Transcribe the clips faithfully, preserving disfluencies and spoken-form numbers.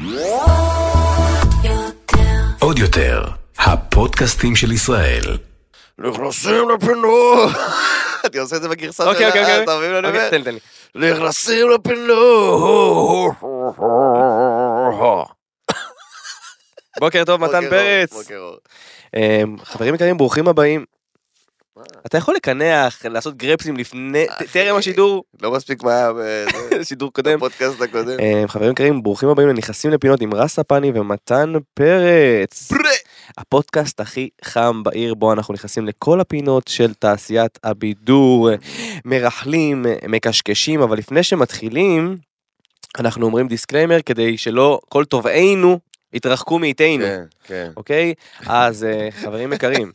עוד יותר, הפודקאסטים של ישראל. נכנסים לפינות. אני עושה את זה בגרסה אוקיי, אוקיי, אוקיי. אתה מבין מה אני אומר? תן, תן לי. נכנסים לפינות. בוקר טוב, מתן פרץ. בוקר אור. חברים יקרים, ברוכים הבאים. אתה יכול לקנח, לעשות גרפסים לפני, טרם השידור. לא מספיק מה היה שידור קודם. בפודקאסט הקודם. חברים יקרים, ברוכים הבאים לנכנסים לפינות עם רס הפני ומתן פרץ. הפודקאסט הכי חם בעיר, בו אנחנו נכנסים לכל הפינות של תעשיית הבידור, מרחלים, מקשקשים, אבל לפני שמתחילים, אנחנו אומרים דיסקליימר כדי שלא כל טובעינו יתרחקו מאיתנו. כן, כן. אוקיי? אז חברים יקרים,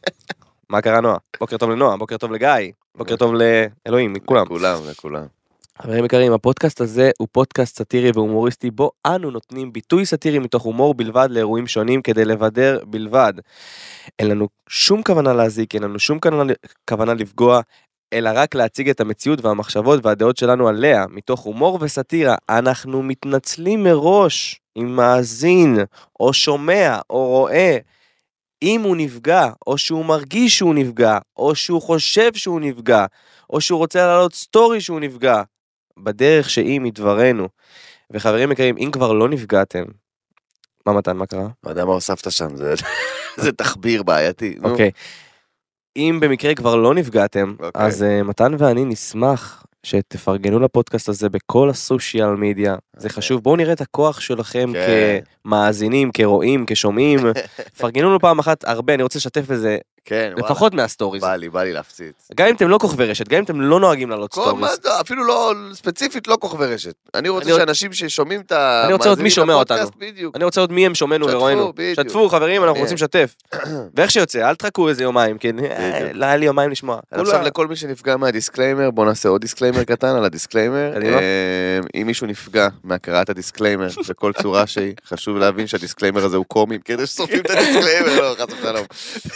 מה קרה נועה? בוקר טוב לנועה, בוקר טוב לגיא, בוקר טוב לאלוהים, מכולם. לכולם, לכולם. חברים יקרים, הפודקאסט הזה הוא פודקאסט סאטירי והומוריסטי, בו אנו נותנים ביטוי סאטירי מתוך הומור בלבד לאירועים שונים כדי לבדר בלבד. אין לנו שום כוונה להזיק, אין לנו שום כוונה, כוונה לפגוע, אלא רק להציג את המציאות והמחשבות והדעות שלנו עליה, מתוך הומור וסאטירה. אנחנו מתנצלים מראש אם מאזין, או שומע, או רואה, אם הוא נפגע, או שהוא מרגיש שהוא נפגע, או שהוא חושב שהוא נפגע, או שהוא רוצה לעלות סטורי שהוא נפגע, בדרך שהיא מדברנו. וחברים יקרים, אם כבר לא נפגעתם, מה מתן, מה קרה? לא יודע מה הוספת שם, זה תחביר בעייתי. אוקיי. אם במקרה כבר לא נפגעתם, אז מתן ואני נשמח שתפרגנו לפודקאסט הזה בכל הסושיאל מדיה. זה חשוב. בואו נראה את הכוח שלכם כמאזינים, כרואים, כשומעים. פרגנו לנו פעם אחת הרבה, אני רוצה לשתף בזה. כן, לפחות מהסטוריז. בא לי, בא לי להפציץ. גם אם אתם לא כוכבי רשת, גם אם אתם לא נוהגים לעלות סטוריז. אפילו לא, ספציפית לא כוכבי רשת. אני רוצה שאנשים ששומעים את המאזינים, אני רוצה עוד מי שומע אותנו. אני רוצה עוד מי הם שומענו ורואים. שתפו חברים, אנחנו רוצים לשתף. ואיך שיוצא, אל תחכו איזה יומיים, כן? לא היה לי יומיים לשמוע. עכשיו לכל מי שנפגע מהדיסקליימר, בוא נעשה עוד דיסקליימר קטן על הדיסקליימר. אם מישהו נפגע מהקראת הדיסקליימר בכל צורה שהיא, חשוב להבין שהדיסקליימר הזה הוא קומי, כדי שסופים את הדיסקליימר, לא, חס ושלום.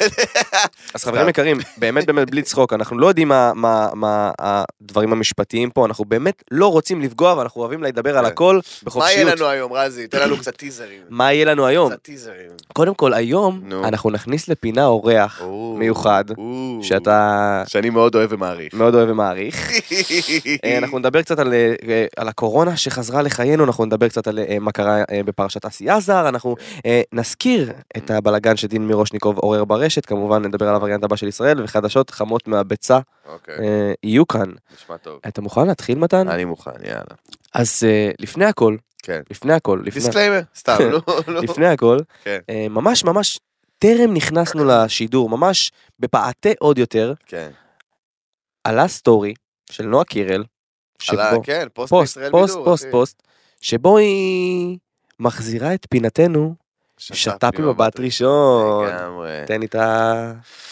אז חברים יקרים, באמת באמת בלי צחוק, אנחנו לא יודעים מה, מה, מה הדברים המשפטיים פה, אנחנו באמת לא רוצים לפגוע, ואנחנו אוהבים לדבר על הכל בחופשיות. מה יהיה לנו היום, רזי? תן לנו קצת טיזרים. מה יהיה לנו היום? קצת טיזרים. קודם כל, היום אנחנו נכניס לפינה אורח מיוחד, שאתה... שאני מאוד אוהב ומעריך. מאוד אוהב ומעריך. אנחנו נדבר קצת על, על הקורונה שחזרה לחיינו, אנחנו נדבר קצת על מה קרה בפרשת אסי עזר, אנחנו נזכיר את הבלגן שדין מירושניקוב עורר ברשת, כמובן נדבר על הווריאנט הבא של ישראל, וחדשות חמות מהביצה יהיו כאן. נשמע טוב. אתה מוכן להתחיל מתן? אני מוכן, יאללה. אז לפני הכל, לפני הכל, דיסקליימר, סתם, לא. לפני הכל, ממש ממש טרם נכנסנו לשידור, ממש בפעתי עוד יותר, עלה סטורי של נועה קירל, כן, פוסט בישראל בידור. פוסט, פוסט, פוסט, שבו היא מחזירה את פינתנו, שטאפ עם מבט ראשון. תן לי את ה...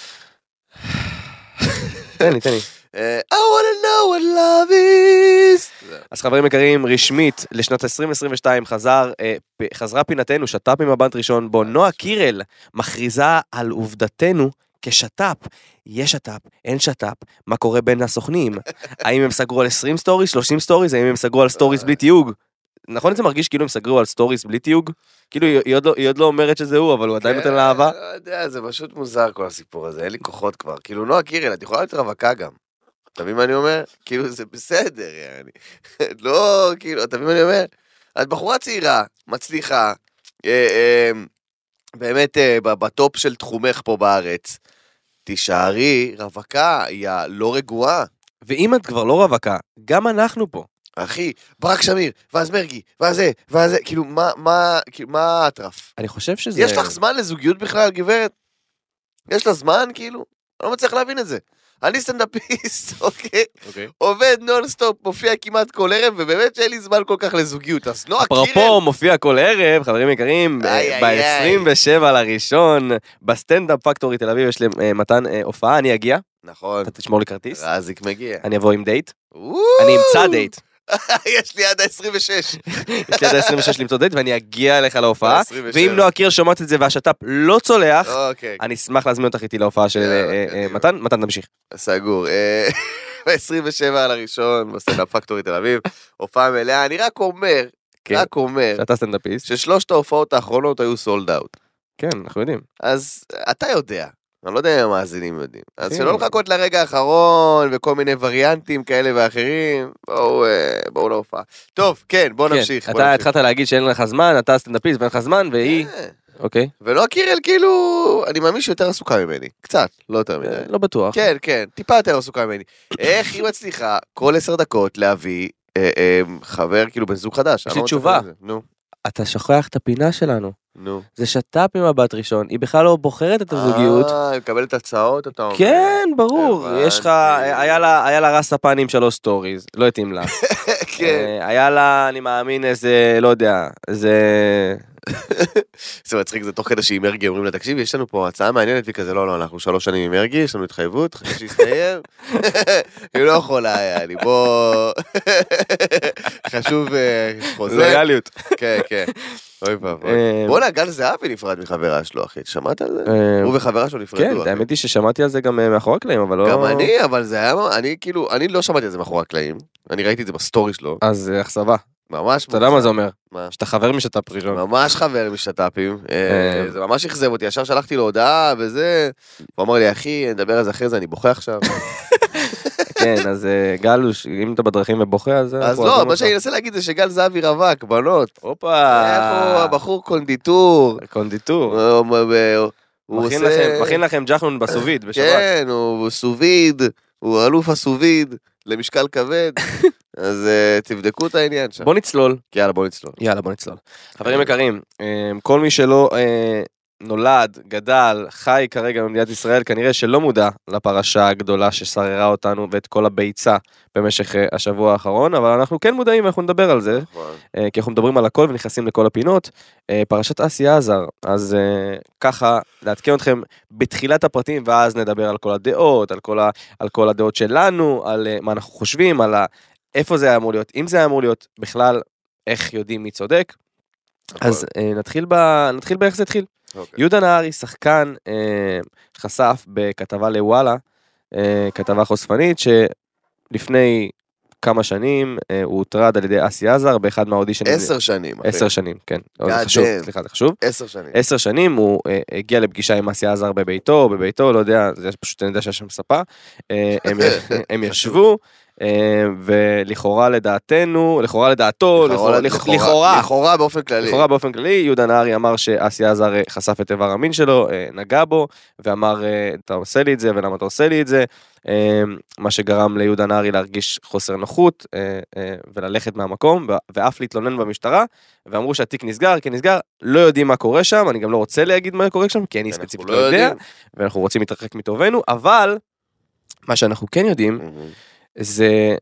תן לי, תן לי. I wanna know what love is. אז חברים יקרים, רשמית, לשנת עשרים עשרים ושתיים חזר, חזרה פינתנו, שטאפ עם מבט ראשון, בו נועה קירל מכריזה על עובדתנו כשטאפ. יש שטאפ, אין שטאפ, מה קורה בין הסוכנים? האם הם סגרו על עשרים סטוריז, שלושים סטוריז, האם הם סגרו על סטוריז בלי תיוג? נכון, זה מרגיש כאילו הם סגרו על סטוריס בלי תיוג? כאילו היא עוד לא, היא עוד לא אומרת שזה הוא, אבל הוא עדיין נותן לאהבה. לא יודע, זה פשוט מוזר כל הסיפור הזה, אין לי כוחות כבר. כאילו נועה קירל, את יכולה להיות רווקה גם. אתה מבין מה אני אומר? כאילו זה בסדר, יעני. לא, כאילו, אתה מבין מה אני אומר? את בחורה צעירה, מצליחה, באמת בטופ של תחומך פה בארץ, תישארי רווקה, היא לא רגועה. ואם את כבר לא רווקה, גם אנחנו פה. אחי, ברק שמיר, ואז מרגי, ואז זה, ואז זה, כאילו, מה, מה, כאילו, מה הטרף? אני חושב שזה... יש לך זמן לזוגיות בכלל, גברת? יש לה זמן, כאילו? אני לא מצליח להבין את זה. אני סטנדאפיסט, אוקיי? אוקיי. עובד נונסטופ, מופיע כמעט כל ערב, ובאמת שאין לי זמן כל כך לזוגיות. אז נועה קירל... אפרופו, מופיע כל ערב, חברים יקרים, ב-עשרים ושבע לראשון, בסטנדאפ פקטורי תל אביב, יש לי מתן הופעה, אני אגיע. נכון. אתה תשמור לי כרטיס. רזיק מגיע. אני אבוא עם דייט. אני אמצא דייט. יש לי עד ה-עשרים ושש. יש לי עד ה-עשרים ושש למצוא דייט, ואני אגיע אליך להופעה, ואם נועה קירל שומעת את זה והשטאפ לא צולח, אני אשמח להזמין אותך איתי להופעה של מתן, מתן תמשיך. סגור. ב-עשרים ושבע על הראשון, בסטנדאפ פקטורי תל אביב, הופעה מלאה, אני רק אומר, רק אומר, שאתה סטנדאפיסט. ששלושת ההופעות האחרונות היו סולד אאוט. כן, אנחנו יודעים. אז אתה יודע, אני לא יודע אם המאזינים יודעים. אז כן. שלא לחכות לרגע האחרון, וכל מיני וריאנטים כאלה ואחרים, בואו, אה, בואו להופעה. טוב, כן, בואו כן, נמשיך. בוא אתה נמשיך. התחלת להגיד שאין לך זמן, אתה סטנדאפיסט ואין לך זמן, והיא... אה, אוקיי. ולא קירל כאילו, אני מאמין שיותר עסוקה ממני. קצת, לא יותר מדי. לא בטוח. כן, כן, טיפה יותר עסוקה ממני. איך היא מצליחה כל עשר דקות להביא אה, אה, חבר, כאילו בן זוג חדש? יש אני לי לא מצליח תשובה. להבין את זה. נו, אתה שוכח את הפינה שלנו. נו. זה שת"פ עם הבת ראשון, היא בכלל לא בוחרת את הזוגיות. אה, היא מקבלת הצעות, אתה אומר. כן, ברור. הבנתי. יש לך, היה לה, היה לה רס הפן עם שלוש סטוריז, לא התאים לה. כן. אה, היה לה, אני מאמין, איזה, לא יודע, איזה... זה מצחיק, זה תוך כדי שהיא מרגי אומרים לה, תקשיב, יש לנו פה הצעה מעניינת, והיא כזה, לא, לא, אנחנו שלוש שנים עם מרגי, יש לנו התחייבות, חכה שיסתיים. היא לא יכולה, היה לי, בוא... חשוב חוזה. לויאליות. כן, כן. אוי ואבוי. אה, בוא'נה, גל זהבי נפרד מחברה שלו, אחי, שמעת על זה? אה, הוא וחברה שלו נפרדו. כן, אחי. האמת היא ששמעתי על זה גם אה, מאחורי הקלעים, אבל לא... גם אני, אבל זה היה, אני כאילו, אני לא שמעתי על זה מאחורי הקלעים, אני ראיתי את זה בסטורי שלו, אז אה, אכזבה. ממש... אתה יודע מה זה אומר? מה? שאתה חבר משת"פ ראשון. ממש חבר משת"פים, אה, אה. זה ממש אכזב אותי, ישר שלחתי לו הודעה וזה, הוא אמר לי, אחי, נדבר על זה אחרי זה, אני בוכה עכשיו. כן, אז אה, גלוש, אם אתה בדרכים ובוכה, אז... אז אנחנו לא, אוהבים מה אותך. שאני אנסה להגיד זה שגל זהבי רווק, בנות. הופה. איפה הבחור קונדיטור? קונדיטור. הוא- הוא- הוא מכין עושה... לכם- מכין לכם ג'חנון בסוביד בשבת. כן, הוא סוביד, הוא אלוף הסוביד, למשקל כבד, אז אה, תבדקו את העניין שם. בוא נצלול. יאללה, בוא נצלול. יאללה, בוא נצלול. חברים יקרים, אה, כל מי שלא אה, נולד, גדל, חי כרגע במדינת ישראל, כנראה שלא מודע לפרשה הגדולה ששררה אותנו ואת כל הביצה במשך אה, השבוע האחרון, אבל אנחנו כן מודעים ואנחנו נדבר על זה, אה, כי אנחנו מדברים על הכל ונכנסים לכל הפינות. אה, פרשת אסי עזר, אז אה, ככה, לעדכן אתכם בתחילת הפרטים, ואז נדבר על כל הדעות, על כל, ה, על כל הדעות שלנו, על אה, מה אנחנו חושבים, על ה, איפה זה היה אמור להיות, אם זה היה אמור להיות בכלל, איך יודעים מי צודק. אז אה, נתחיל, ב, נתחיל באיך זה התחיל. אוקיי. יהודה נהרי, שחקן, אה, חשף בכתבה לוואלה, אה, כתבה חושפנית, שלפני כמה שנים אה, הוא הוטרד על ידי אסי עזר באחד מהאודישנים. עשר שנים, אחי. עשר שנים, כן. זה God חשוב, damn. סליחה, זה חשוב. עשר שנים. עשר שנים הוא אה, הגיע לפגישה עם אסי עזר בביתו, בביתו, לא יודע, זה פשוט אני יודע שיש שם ספה. אה, הם, הם ישבו, אה, ולכאורה לדעתנו, לכאורה לדעתו, לכאורה, לכאורה, לכאורה באופן כללי. לכאורה באופן כללי, יהודה נהרי אמר שאסי עזר אה, חשף את איבר המין שלו, אה, נגע בו, ואמר, אה, אתה עושה לי את זה, ולמה אתה עושה לי את זה, אה, מה שגרם ליהודה נהרי להרגיש חוסר נוחות, אה, אה, וללכת מהמקום, ו- ואף להתלונן במשטרה, ואמרו שהתיק נסגר, כי נסגר, לא יודעים מה קורה שם, אני גם לא רוצה להגיד מה קורה שם, כי אני אנחנו ספציפית לא לא יודע, יודעים. ואנחנו רוצים להתרחק מטובנו, אבל, מה שאנחנו כן יודעים, מהמם. זה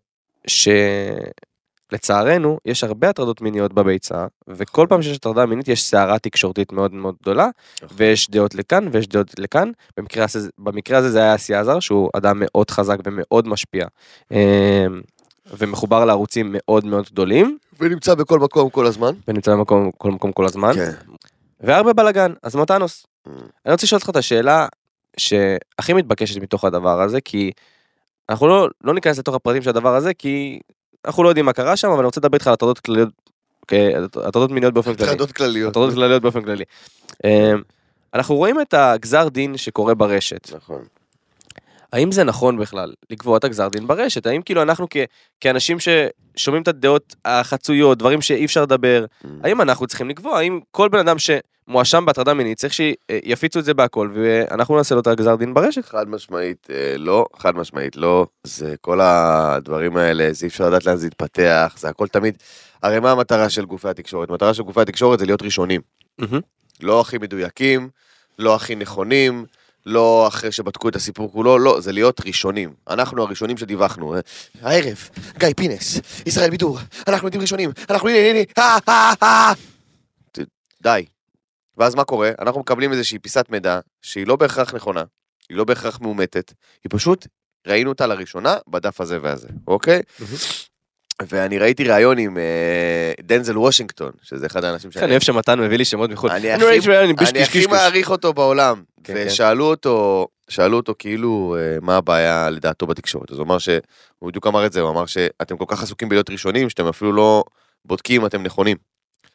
שלצערנו יש הרבה הטרדות מיניות בביצה, וכל פעם שיש הטרדה מינית יש סערה תקשורתית מאוד מאוד גדולה, ויש דעות לכאן ויש דעות לכאן. במקרה הזה, במקרה הזה זה היה אסי עזר, שהוא אדם מאוד חזק ומאוד משפיע, ומחובר לערוצים מאוד מאוד גדולים, ונמצא בכל מקום כל הזמן. ונמצא במקום כל מקום כל הזמן, כן. והרבה בלגן. אז מתנוס, אני רוצה לשאול אותך את השאלה שהכי מתבקשת מתוך הדבר הזה, כי אנחנו לא, לא ניכנס לתוך הפרטים של הדבר הזה, כי אנחנו לא יודעים מה קרה שם, אבל אני רוצה לדבר איתך על הטרדות כלליות, הטרדות מיניות באופן כללי. הטרדות כלליות. הטרדות כלליות באופן כללי. אנחנו רואים את הגזר דין שקורה ברשת. נכון. האם זה נכון בכלל לקבוע את הגזר דין ברשת? האם כאילו אנחנו כ- כאנשים ששומעים את הדעות החצויות, דברים שאי אפשר לדבר, האם אנחנו צריכים לקבוע? האם כל בן אדם שמואשם בהטרדה מינית צריך שיפיצו את זה בהכל, ואנחנו נעשה לו את הגזר דין ברשת? חד משמעית אה, לא, חד משמעית לא, זה כל הדברים האלה, זה אי אפשר לדעת לאן זה יתפתח, זה הכל תמיד, הרי מה המטרה של גופי התקשורת? המטרה של גופי התקשורת זה להיות ראשונים, לא הכי מדויקים, לא הכי נכונים, לא אחרי שבדקו את הסיפור כולו, לא, זה להיות ראשונים. אנחנו הראשונים שדיווחנו. הערב, גיא פינס, ישראל בידור, אנחנו יודעים ראשונים, אנחנו הנה, הנה, הנה, אה, אה, אה. די. ואז מה קורה? אנחנו מקבלים איזושהי פיסת מידע, שהיא לא בהכרח נכונה, היא לא בהכרח מאומתת, היא פשוט, ראינו אותה לראשונה, בדף הזה והזה, אוקיי? ואני ראיתי ראיון עם דנזל וושינגטון, שזה אחד האנשים שאני... אני אוהב שמתן מביא לי שמות מחו"ל. אני אני הכי- ראיתי ביש אני קיש הכי קיש קיש. מעריך אותו בעולם, כן, כן. ושאלו אותו, שאלו אותו כאילו אה, מה הבעיה לדעתו בתקשורת, אז הוא אמר שהוא בדיוק אמר את זה, הוא אמר שאתם כל כך עסוקים בלהיות ראשונים, שאתם אפילו לא בודקים אם אתם נכונים,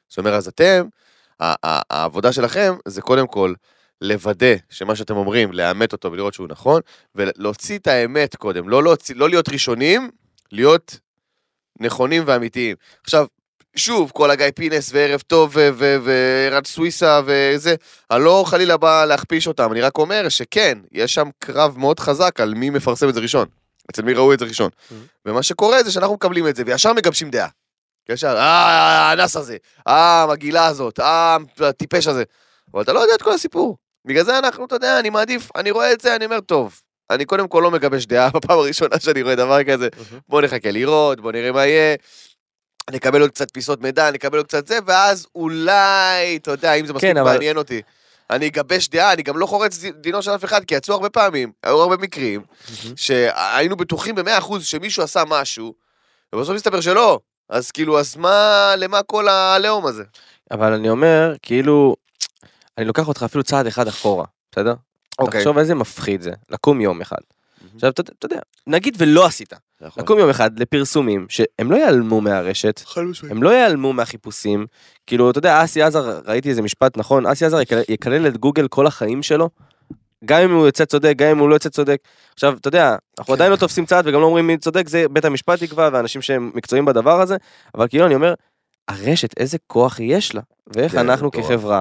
זאת אומרת, אז אתם, העבודה שלכם זה קודם כל לוודא שמה שאתם אומרים, לאמת אותו ולראות שהוא נכון, ולהוציא את האמת קודם, לא, להוציא, לא להיות ראשונים, להיות נכונים ואמיתיים. עכשיו, שוב, כל הגיא פינס וערב טוב וערד סוויסה וזה, אני לא חלילה בא להכפיש אותם, אני רק אומר שכן, יש שם קרב מאוד חזק על מי מפרסם את זה ראשון, אצל מי ראו את זה ראשון. ומה שקורה זה שאנחנו מקבלים את זה, וישר מגבשים דעה. ישר, אה, הנס הזה, אה, המגילה הזאת, אה, הטיפש הזה. אבל אתה לא יודע את כל הסיפור. בגלל זה אנחנו, אתה יודע, אני מעדיף, אני רואה את זה, אני אומר, טוב, אני קודם כל לא מגבש דעה בפעם הראשונה שאני רואה דבר כזה, בוא נחכה לראות, בוא נראה מה יהיה, נקבל עוד קצת פיסות מידע, נקבל עוד קצת זה, ואז אולי, אתה יודע, אם זה מספיק מעניין אותי, אני אגבש דעה, אני גם לא חורץ דינו של אף אחד, כי יצאו הרבה פעמים, היו הרבה מקרים, שהיינו בטוחים במאה אחוז שמישהו עשה משהו, ובסוף מסתבר שלא, אז כאילו, אז מה, למה כל הלאום הזה? אבל אני אומר, כאילו, אני לוקח אותך אפילו צעד אחד אחורה, בסדר? אוקיי. תחשוב איזה מפחיד זה, לקום יום אחד. עכשיו, אתה יודע, נגיד ולא עשית, לקום יום אחד לפרסומים, שהם לא ייעלמו מהרשת, הם לא ייעלמו מהחיפושים, כאילו, אתה יודע, אסי עזר, ראיתי איזה משפט נכון, אסי עזר יקלל את גוגל כל החיים שלו, גם אם הוא יוצא צודק, גם אם הוא לא יוצא צודק. עכשיו, אתה יודע, אנחנו עדיין לא תופסים צעד, וגם לא אומרים מי צודק, זה בית המשפט יקבע, ואנשים שהם מקצועיים בדבר הזה, אבל כאילו אני אומר, הרשת, איזה כוח יש לה, ואיך אנחנו כחברה,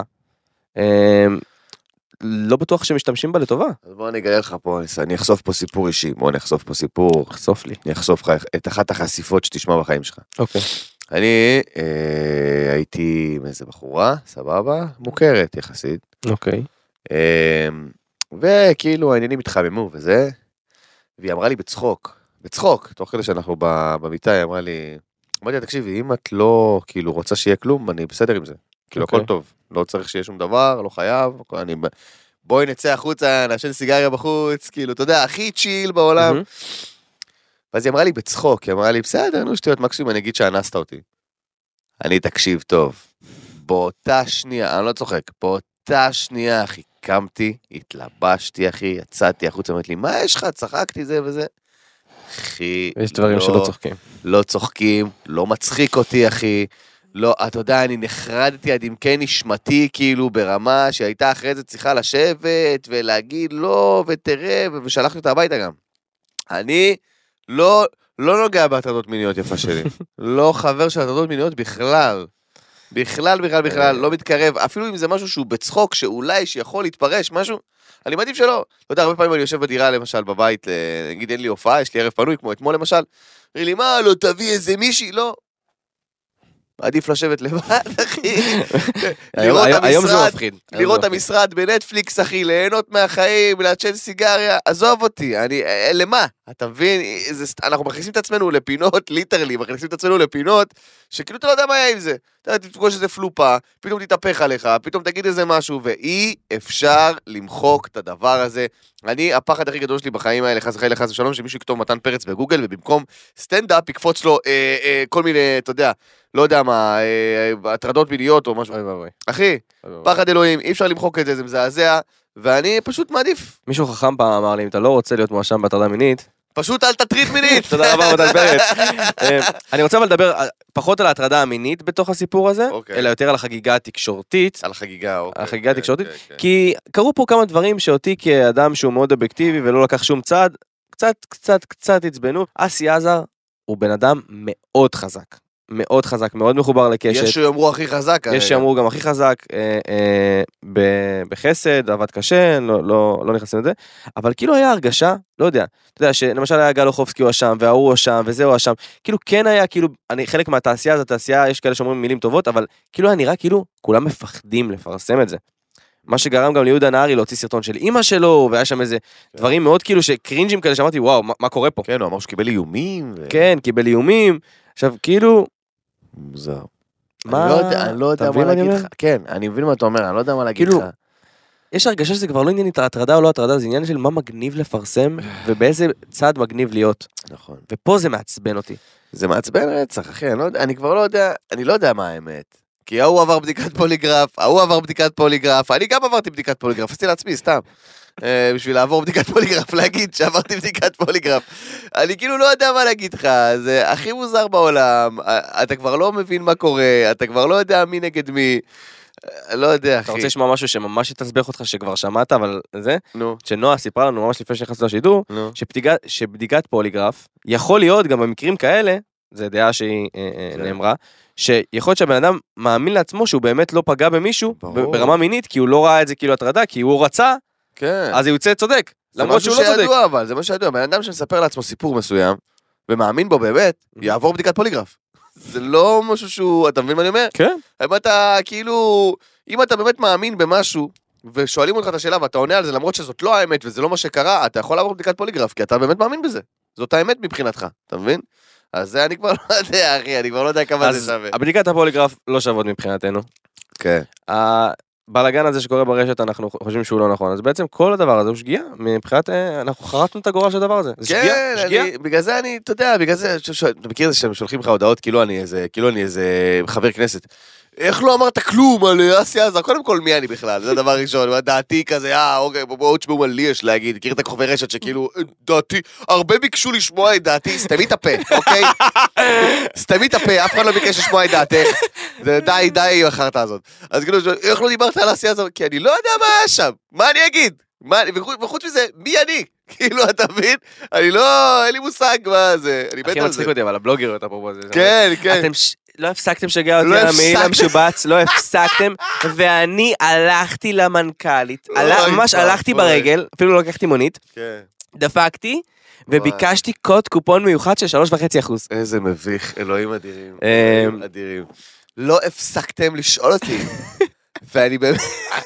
לא בטוח שמשתמשים בה לטובה. אז בוא אני אגלה לך פה, אני אחשוף פה סיפור אישי, בוא נחשוף פה סיפור. אחשוף לי. אני אחשוף לך את אחת החשיפות שתשמע בחיים שלך. אוקיי. אני הייתי עם איזה בחורה, סבבה, מוכרת יחסית. אוקיי. וכאילו העניינים התחממו וזה, והיא אמרה לי בצחוק, בצחוק, תוך כדי שאנחנו במיטה, היא אמרה לי, אמרתי, תקשיבי, אם את לא כאילו רוצה שיהיה כלום, אני בסדר עם זה. כאילו הכל טוב, לא צריך שיהיה שום דבר, לא חייב, אני... בואי נצא החוצה, נעשן סיגריה בחוץ, כאילו, אתה יודע, הכי צ'יל בעולם. ואז היא אמרה לי בצחוק, היא אמרה לי, בסדר, נו שטויות, מקסימום אני אגיד שאנסת אותי. אני תקשיב טוב, באותה שנייה, אני לא צוחק, באותה שנייה, אחי, קמתי, התלבשתי, אחי, יצאתי החוצה, אמרת לי, מה יש לך? צחקתי זה וזה. אחי, יש דברים שלא צוחקים. לא צוחקים, לא מצחיק אותי, אחי. לא, אתה יודע, אני נחרדתי עד עמקי נשמתי, כאילו, ברמה שהייתה אחרי זה צריכה לשבת, ולהגיד לא, ותראה, ושלחתי אותה הביתה גם. אני לא, לא נוגע בהטרדות מיניות יפה שלי. לא חבר של הטרדות מיניות בכלל. בכלל, בכלל, בכלל, לא מתקרב. אפילו אם זה משהו שהוא בצחוק, שאולי שיכול להתפרש, משהו, אני מעדיף שלא. אתה יודע, הרבה פעמים אני יושב בדירה, למשל, בבית, נגיד אין לי הופעה, יש לי ערב פנוי, כמו אתמול למשל. אמרי לי, מה, לא תביא איזה מישהי? לא. עדיף לשבת לבד, אחי. היום זה מפחיד. לראות המשרד בנטפליקס, אחי, ליהנות מהחיים, לעשן סיגריה, עזוב אותי, אני, למה? אתה מבין? אנחנו מכניסים את עצמנו לפינות, ליטרלי, מכניסים את עצמנו לפינות, שכאילו אתה לא יודע מה היה עם זה. אתה יודע, תפגוש איזה פלופה, פתאום תתהפך עליך, פתאום תגיד איזה משהו, ואי אפשר למחוק את הדבר הזה. אני, הפחד הכי גדול שלי בחיים האלה, חס וחלילה, חס ושלום, שמישהו יכתוב מתן פרץ בגוגל, ובמקום סטנדאפ יקפוץ לו אה, אה, כל מיני, אתה יודע, לא יודע מה, אה, הטרדות מיניות או משהו. אוי ואוי. אחי, פחד אלוהים, אי אפשר למחוק את זה, זה מזעזע, ואני פשוט מעדיף. מישהו חכם פעם אמר לי, אם אתה לא רוצה להיות מואשם בהטרדה מינית, פשוט אל תטריד מינית. תודה רבה, מתן פרץ. אני רוצה אבל לדבר פחות על ההטרדה המינית בתוך הסיפור הזה, אלא יותר על החגיגה התקשורתית. על החגיגה, אוקיי. על החגיגה התקשורתית, כי קרו פה כמה דברים שאותי כאדם שהוא מאוד אובייקטיבי ולא לקח שום צעד, קצת, קצת, קצת הצבנו. אסי עזר הוא בן אדם מאוד חזק. מאוד חזק, מאוד מחובר לקשת. יש שיאמרו הכי חזק. יש שיאמרו גם הכי חזק, אה, אה, ב- בחסד, עבד קשה, לא, לא, לא נכנסים לזה, אבל כאילו היה הרגשה, לא יודע, אתה יודע, שלמשל היה גל אוחובסקי הוא אשם, והוא אשם, וזהו אשם, כאילו כן היה, כאילו, אני חלק מהתעשייה, אז התעשייה, יש כאלה שאומרים מילים טובות, אבל כאילו היה נראה כאילו, כולם מפחדים לפרסם את זה. מה שגרם גם ליהודה נהרי להוציא סרטון של אמא שלו, והיה שם איזה דברים מאוד כאילו שקרינג'ים כאלה, שאמרתי, וואו, מה, מה קורה פה? כן, הוא אמר שקיבל איומים. ו... כן, קיבל איומים. עכשיו, כאילו, מוזר. מה? אני לא יודע, אני לא יודע מה להגיד לך. כן, אני מבין מה אתה אומר, אני לא יודע מה להגיד לך. כאילו, יש הרגשה שזה כבר לא עניין הטרדה או לא הטרדה, זה עניין של מה מגניב לפרסם, ובאיזה צעד מגניב להיות. נכון. ופה זה מעצבן אותי. זה מעצבן רצח, אחי, אני, לא יודע, אני כבר לא יודע, אני לא יודע מה האמת. כי ההוא עבר בדיקת פוליגרף, ההוא עבר בדיקת פוליגרף, אני גם עברתי בדיקת פוליגרף, עשיתי לעצמי, סתם. בשביל לעבור בדיקת פוליגרף, להגיד שעברתי בדיקת פוליגרף. אני כאילו לא יודע מה להגיד לך, זה הכי מוזר בעולם, אתה כבר לא מבין מה קורה, אתה כבר לא יודע מי נגד מי, לא יודע, אחי. אתה רוצה לשמוע משהו שממש יתסבך אותך שכבר שמעת, אבל זה, נו. שנועה סיפרה לנו ממש לפני שנכנסנו לשידור, שבדיקת פוליגרף, יכול להיות גם במקרים כאלה, זה דעה שהיא נאמרה, שיכול להיות שהבן אדם מאמין לעצמו שהוא באמת לא פגע במישהו ברמה מינית, כי הוא לא ראה את זה כאילו הטרדה, כי הוא רצה, אז הוא יוצא צודק, למרות שהוא לא צודק. זה משהו שידוע, אבל זה משהו שידוע, בן אדם שמספר לעצמו סיפור מסוים, ומאמין בו באמת, יעבור בדיקת פוליגרף. זה לא משהו שהוא, אתה מבין מה אני אומר? כן. אם אתה כאילו, אם אתה באמת מאמין במשהו, ושואלים אותך את השאלה, ואתה עונה על זה, למרות שזאת לא האמת, וזה לא מה שקרה, אתה יכול לעבור בדיקת פוליגרף, כי אתה באמת מאמין בזה. זאת האמת מבחינתך, אתה מבין? אז זה אני כבר לא יודע, אחי, אני כבר לא יודע כמה זה שווה. הבדיקת הפוליגרף לא שוות מבחינתנו. כן. הבלגן הזה שקורה ברשת, אנחנו חושבים שהוא לא נכון. אז בעצם כל הדבר הזה הוא שגיאה. מבחינת, אנחנו חרטנו את הגורל של הדבר הזה. זה שגיאה, שגיאה. בגלל זה אני, אתה יודע, בגלל זה, אתה מכיר את זה שהם שולחים לך הודעות, כאילו אני איזה, כאילו אני איזה חבר כנסת. איך לא אמרת כלום על אסי עזה? קודם כל, מי אני בכלל? זה הדבר ראשון. דעתי כזה, אה, אוקיי, בואו תשמעו מה לי יש להגיד. מכיר את הכוכבי רשת שכאילו, דעתי, הרבה ביקשו לשמוע את דעתי, סתמי את הפה, אוקיי? סתמי את הפה, אף אחד לא ביקש לשמוע את דעתך. זה די, די, החרטה הזאת. אז כאילו, איך לא דיברת על אסי עזה? כי אני לא יודע מה היה שם. מה אני אגיד? וחוץ מזה, מי אני? כאילו, אתה מבין? אני לא, אין לי מושג מה זה. הכי מצחיק אותי, אבל הבלוגריות אפרופו זה. כן, כן. אתם לא הפסקתם שגע אותי על המעיל המשובץ, לא הפסקתם, ואני הלכתי למנכ"לית, ממש הלכתי ברגל, אפילו לא לקחתי מונית, דפקתי, וביקשתי קוד קופון מיוחד של שלוש וחצי אחוז. איזה מביך, אלוהים אדירים, אלוהים אדירים. לא הפסקתם לשאול אותי, ואני באמת...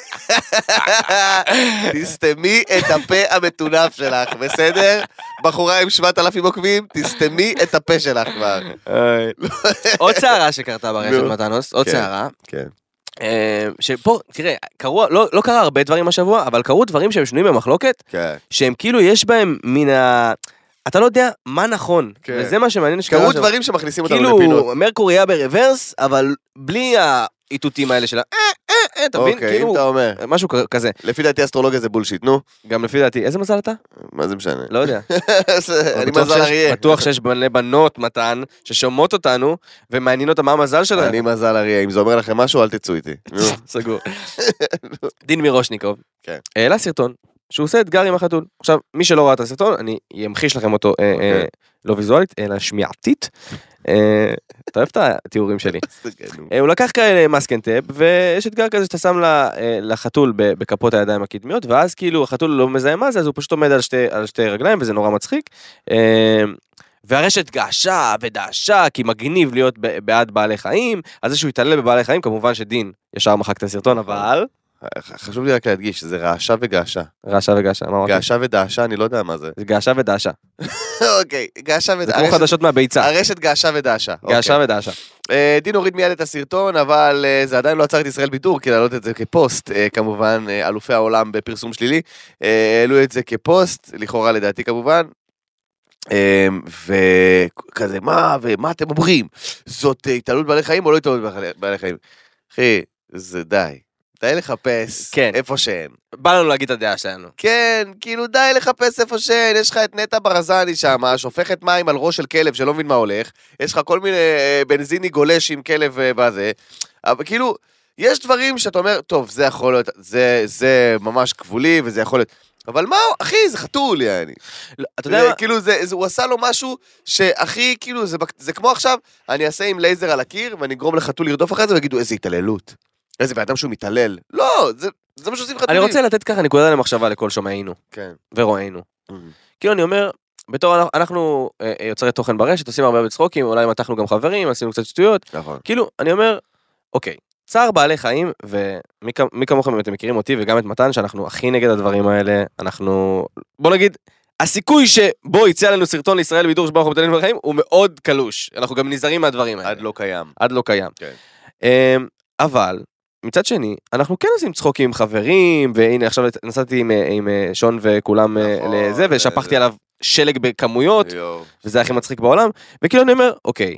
תסתמי את הפה המטונף שלך, בסדר? בחורה עם שבעת אלפים עוקבים, תסתמי את הפה שלך כבר. עוד צערה שקרתה ברשת מתנוס, עוד צערה. כן. שפה, תראה, לא קרה הרבה דברים השבוע, אבל קרו דברים שהם שנויים במחלוקת, שהם כאילו יש בהם מן ה... אתה לא יודע מה נכון, וזה מה שמעניין שקרה. קרו דברים שמכניסים אותנו לפינות. כאילו, מרקורי היה ברוורס, אבל בלי האיתותים האלה שלה, אתה מבין? אוקיי, אם אתה אומר. משהו כזה. לפי דעתי אסטרולוגיה זה בולשיט, נו. גם לפי דעתי, איזה מזל אתה? מה זה משנה? לא יודע. אני מזל אריה. בטוח שיש בני בנות מתן, ששומעות אותנו, ומעניין אותה מה המזל שלהם. אני מזל אריה, אם זה אומר לכם משהו, אל תצאו איתי. סגור. דין מירושניקוב, העלה סרטון, שהוא עושה אתגר עם החתול. עכשיו, מי שלא ראה את הסרטון, אני אמחיש לכם אותו לא ויזואלית, אלא שמיעתית. אתה אוהב את התיאורים שלי. הוא לקח כאלה מסקנטאפ, ויש אתגר כזה שאתה שם לחתול בכפות הידיים הקדמיות, ואז כאילו החתול לא מזהה מה זה, אז הוא פשוט עומד על שתי רגליים, וזה נורא מצחיק. והרשת געשה ודעשה, כי מגניב להיות בעד בעלי חיים, אז זה שהוא יתעלל בבעלי חיים, כמובן שדין ישר מחק את הסרטון, אבל... חשוב לי רק להדגיש, שזה רעשה וגעשה. רעשה וגעשה, מה אמרתי? געשה ודעשה, אני לא יודע מה זה. זה געשה ודעשה. אוקיי, געשה ודעשה. זה כמו חדשות מהביצה. הרשת געשה ודעשה. געשה ודעשה. דין הוריד מיד את הסרטון, אבל זה עדיין לא עצר את ישראל בידור, כי להעלות את זה כפוסט, כמובן, אלופי העולם בפרסום שלילי, העלו את זה כפוסט, לכאורה לדעתי כמובן, וכזה, מה, ומה אתם אומרים? זאת התעללות בעלי חיים או לא התעללות בעלי חיים? אחי, זה די. די לחפש כן. איפה שאין. בא לנו להגיד את הדעה שלנו. כן, כאילו די לחפש איפה שאין, יש לך את נטע ברזני שם, שופכת מים על ראש של כלב שלא מבין מה הולך, יש לך כל מיני בנזיני גולש עם כלב בזה, אבל כאילו, יש דברים שאתה אומר, טוב, זה יכול להיות, זה, זה ממש גבולי וזה יכול להיות, אבל מה, אחי, זה חתול, יעני. לא, אתה יודע מה? כאילו, זה, זה, הוא עשה לו משהו שאחי, כאילו, זה, זה כמו עכשיו, אני אעשה עם לייזר על הקיר, ואני אגרום לחתול לרדוף אחרי זה, ויגידו, איזה התעללות. איזה באדם שהוא מתעלל. לא, זה, זה מה שעושים חתולים. אני רוצה לתת ככה נקודה למחשבה לכל שומעינו. כן. ורואינו. Mm-hmm. כאילו אני אומר, בתור אנחנו, אנחנו אה, יוצרי תוכן ברשת, עושים הרבה בצחוקים, אולי מתחנו גם חברים, עשינו קצת שטויות. נכון. כאילו, אני אומר, אוקיי, צער בעלי חיים, ומי כמוכם אתם מכירים אותי, וגם את מתן, שאנחנו הכי נגד הדברים האלה, אנחנו, בוא נגיד, הסיכוי שבו יצא לנו סרטון לישראל בידור שבו אנחנו מתעללים בחיים, הוא מאוד קלוש. אנחנו גם נזהרים מהדברים האלה. עד לא קיים. עד לא קיים. כן. אה, אבל, מצד שני, אנחנו כן עושים צחוקים עם חברים, והנה עכשיו נסעתי עם, עם שון וכולם נכון, לזה, ושפחתי זה... עליו שלג בכמויות, יו. וזה הכי מצחיק בעולם, וכאילו אני אומר, אוקיי,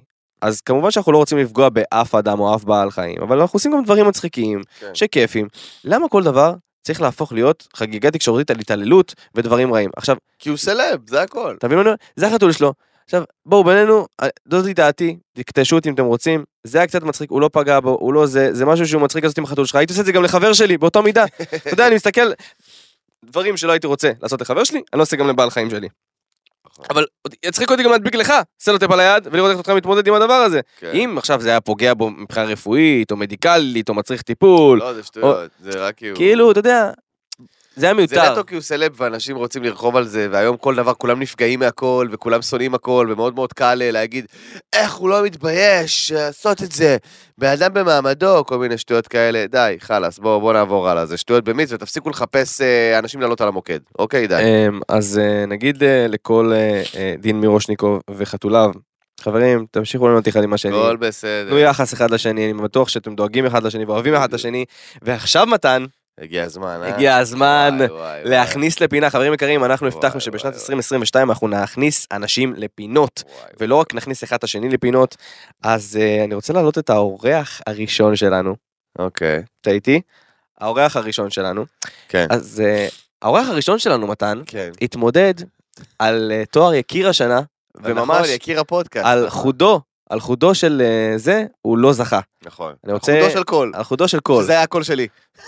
אז כמובן שאנחנו לא רוצים לפגוע באף אדם או אף בעל חיים, אבל אנחנו עושים גם דברים מצחיקים, כן. שכיפים. למה כל דבר צריך להפוך להיות חגיגה תקשורתית על התעללות ודברים רעים? עכשיו, כי הוא סלב, זה הכל. תבין מה אני אומר? זה החתול שלו. עכשיו, בואו בינינו, זאת דעתי, תקטשו אותי אם אתם רוצים, זה היה קצת מצחיק, הוא לא פגע בו, הוא לא זה, זה משהו שהוא מצחיק לעשות עם החתול שלך, הייתי עושה את זה גם לחבר שלי, באותו מידה. אתה יודע, אני מסתכל, דברים שלא הייתי רוצה לעשות לחבר שלי, אני לא עושה גם לבעל חיים שלי. אבל יצחיק אותי גם להדביק לך, סלוטאפ על היד, ולראות איך אותך מתמודד עם הדבר הזה. אם עכשיו זה היה פוגע בו מבחינה רפואית, או מדיקלית, או מצריך טיפול. לא, זה שטויות, זה רק כאילו... כאילו, אתה יודע, זה היה מיותר. זה נטו כי הוא סלב, ואנשים רוצים לרחוב על זה, והיום כל דבר, כולם נפגעים מהכל, וכולם שונאים הכל, ומאוד מאוד קל להגיד, איך הוא לא מתבייש לעשות את זה, באדם במעמדו, כל מיני שטויות כאלה, די, חלס, בוא, בוא נעבור הלאה, זה שטויות במיץ, ותפסיקו לחפש אנשים לעלות על המוקד, אוקיי, די. אז נגיד לכל דין מירושניקוב וחתוליו, חברים, תמשיכו לנו אחד עם השני. כל בסדר. תנו יחס אחד לשני, אני בטוח שאתם דואגים אחד לשני, ואוהבים אחד לשני, ועכשיו מתן, הגיע הזמן, אה? הגיע הזמן וואי, וואי, להכניס וואי. לפינה. חברים יקרים, אנחנו וואי, הבטחנו וואי, שבשנת וואי. עשרים עשרים ושתיים אנחנו נכניס אנשים לפינות, וואי, ולא רק נכניס אחד את השני לפינות. אז uh, אני רוצה להעלות את האורח הראשון שלנו. אוקיי. אתה איתי? האורח הראשון שלנו. כן. אז uh, האורח הראשון שלנו, מתן, כן. התמודד על uh, תואר יקיר השנה, וממש נכון, יקיר הפודקאסט. על חודו, על חודו של uh, זה, הוא לא זכה. נכון. אני רוצה... חודו של קול. על חודו של קול. שזה היה הקול שלי.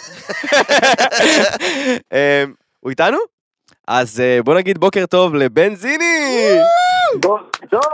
אמ, הוא איתנו? אז אה, בוא נגיד בוקר טוב לבן זיני! בוקר טוב!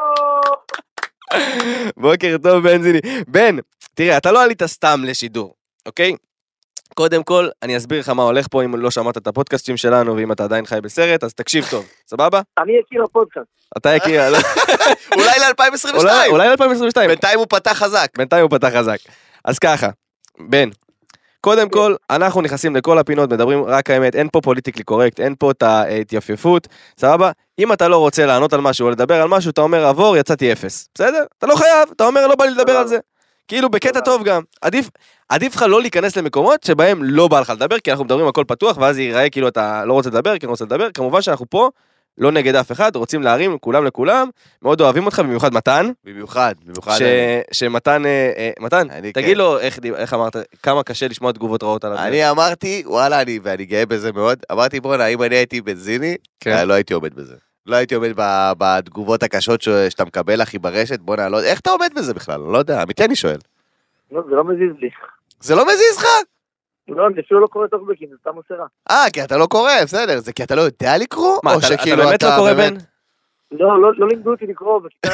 בוקר טוב בן זיני. בן, תראה, אתה לא עלית סתם לשידור, אוקיי? קודם כל, אני אסביר לך מה הולך פה אם לא שמעת את הפודקאסטים שלנו, ואם אתה עדיין חי בסרט, אז תקשיב טוב, סבבה? אני אכיר הפודקאסט. אתה יקיר, אולי ל-אלפיים עשרים אולי ושתיים. אולי אלפיים עשרים ושתיים. בינתיים הוא פתח חזק. בינתיים הוא פתח חזק. אז ככה, בן, קודם כל, אנחנו נכנסים לכל הפינות, מדברים רק האמת, אין פה פוליטיקלי קורקט, אין פה את ההתייפייפות, סבבה? אם אתה לא רוצה לענות על משהו או לדבר על משהו, אתה אומר עבור, יצאתי אפס, בסדר? אתה לא חייב, אתה אומר לא בא לי לדבר על זה. כאילו בקטע טוב גם, עדיף, עדיף לך לא להיכנס למקומות שבהם לא בא לך לדבר, כי אנחנו מדברים הכל פתוח, ואז ייראה כאילו אתה לא רוצה לדבר, כי אני רוצה לדבר, כמובן שאנחנו פה, לא נגד אף אחד, רוצים להרים כולם לכולם, מאוד אוהבים אותך, במיוחד מתן. במיוחד, במיוחד. ש... שמתן, אה, אה, מתן, אני תגיד כן. לו איך, איך אמרת, כמה קשה לשמוע תגובות רעות על הדבר. אני אמרתי, וואלה, אני, ואני גאה בזה מאוד, אמרתי, בוא'נה, אם אני הייתי בנזיני, כן. לא הייתי עומד בזה. לא הייתי עומד ב- בתגובות הקשות ש- שאתה מקבל, אחי, ברשת, בוא'נה, לא, איך אתה עומד בזה בכלל? לא יודע, אמיתי אני שואל. לא, זה לא מזיז לי. זה לא מזיז לך? לא, אני אפילו לא קורא טוקבקים, זה סתם עושה רע. אה, כי אתה לא קורא, בסדר, זה כי אתה לא יודע לקרוא? מה, או אתה, שכאילו אתה באמת לא קורא בן? לא, לא, לא לימדו אותי לקרוא, בכיתה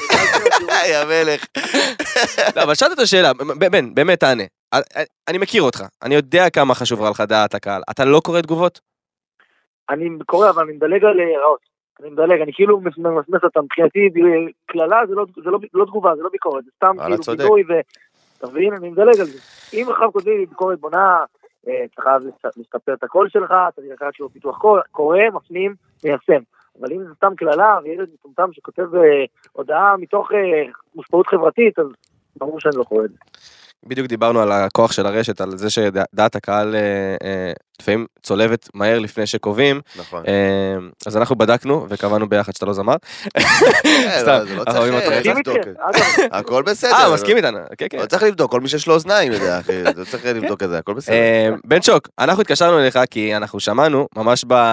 א'. יא מלך. לא, אבל שאלת את השאלה, בן, באמת תענה. אני מכיר אותך, אני יודע כמה חשוב לך דעת הקהל. אתה לא קורא תגובות? אני קורא, אבל אני מדלג על רעות. אני מדלג, אני כאילו ממסמס אותם. מבחינתי, כללה זה לא, זה לא, לא תגובה, זה לא ביקורת, זה סתם וואלה, כאילו צודק. ביטוי, ותבין, אני מדלג על זה. אם אחר כותבים לי ביקורת בונה, אתה חייב להסתפר את הקול שלך, אתה צריך לקחת שהוא פיתוח קורא, מפנים, מיישם. אבל אם זה סתם כללה, וילד מטומטם שכותב אה, הודעה מתוך אה, מושפעות חברתית, אז ברור שאני לא קורא את זה. בדיוק דיברנו על הכוח של הרשת, על זה שדעת הקהל אה, אה, לפעמים צולבת מהר לפני שקובעים, נכון. אה, אז אנחנו בדקנו וקבענו ביחד שאתה לא זמר. סתם, זה לא צריך לבדוק. הכל בסדר. אה, מסכים איתנו, כן, כן. לא צריך לבדוק, כל מי שיש לו אוזניים יודע, אחי, לא צריך לבדוק את זה, הכל בסדר. אה, בן שוק, אנחנו התקשרנו אליך כי אנחנו שמענו ממש ב...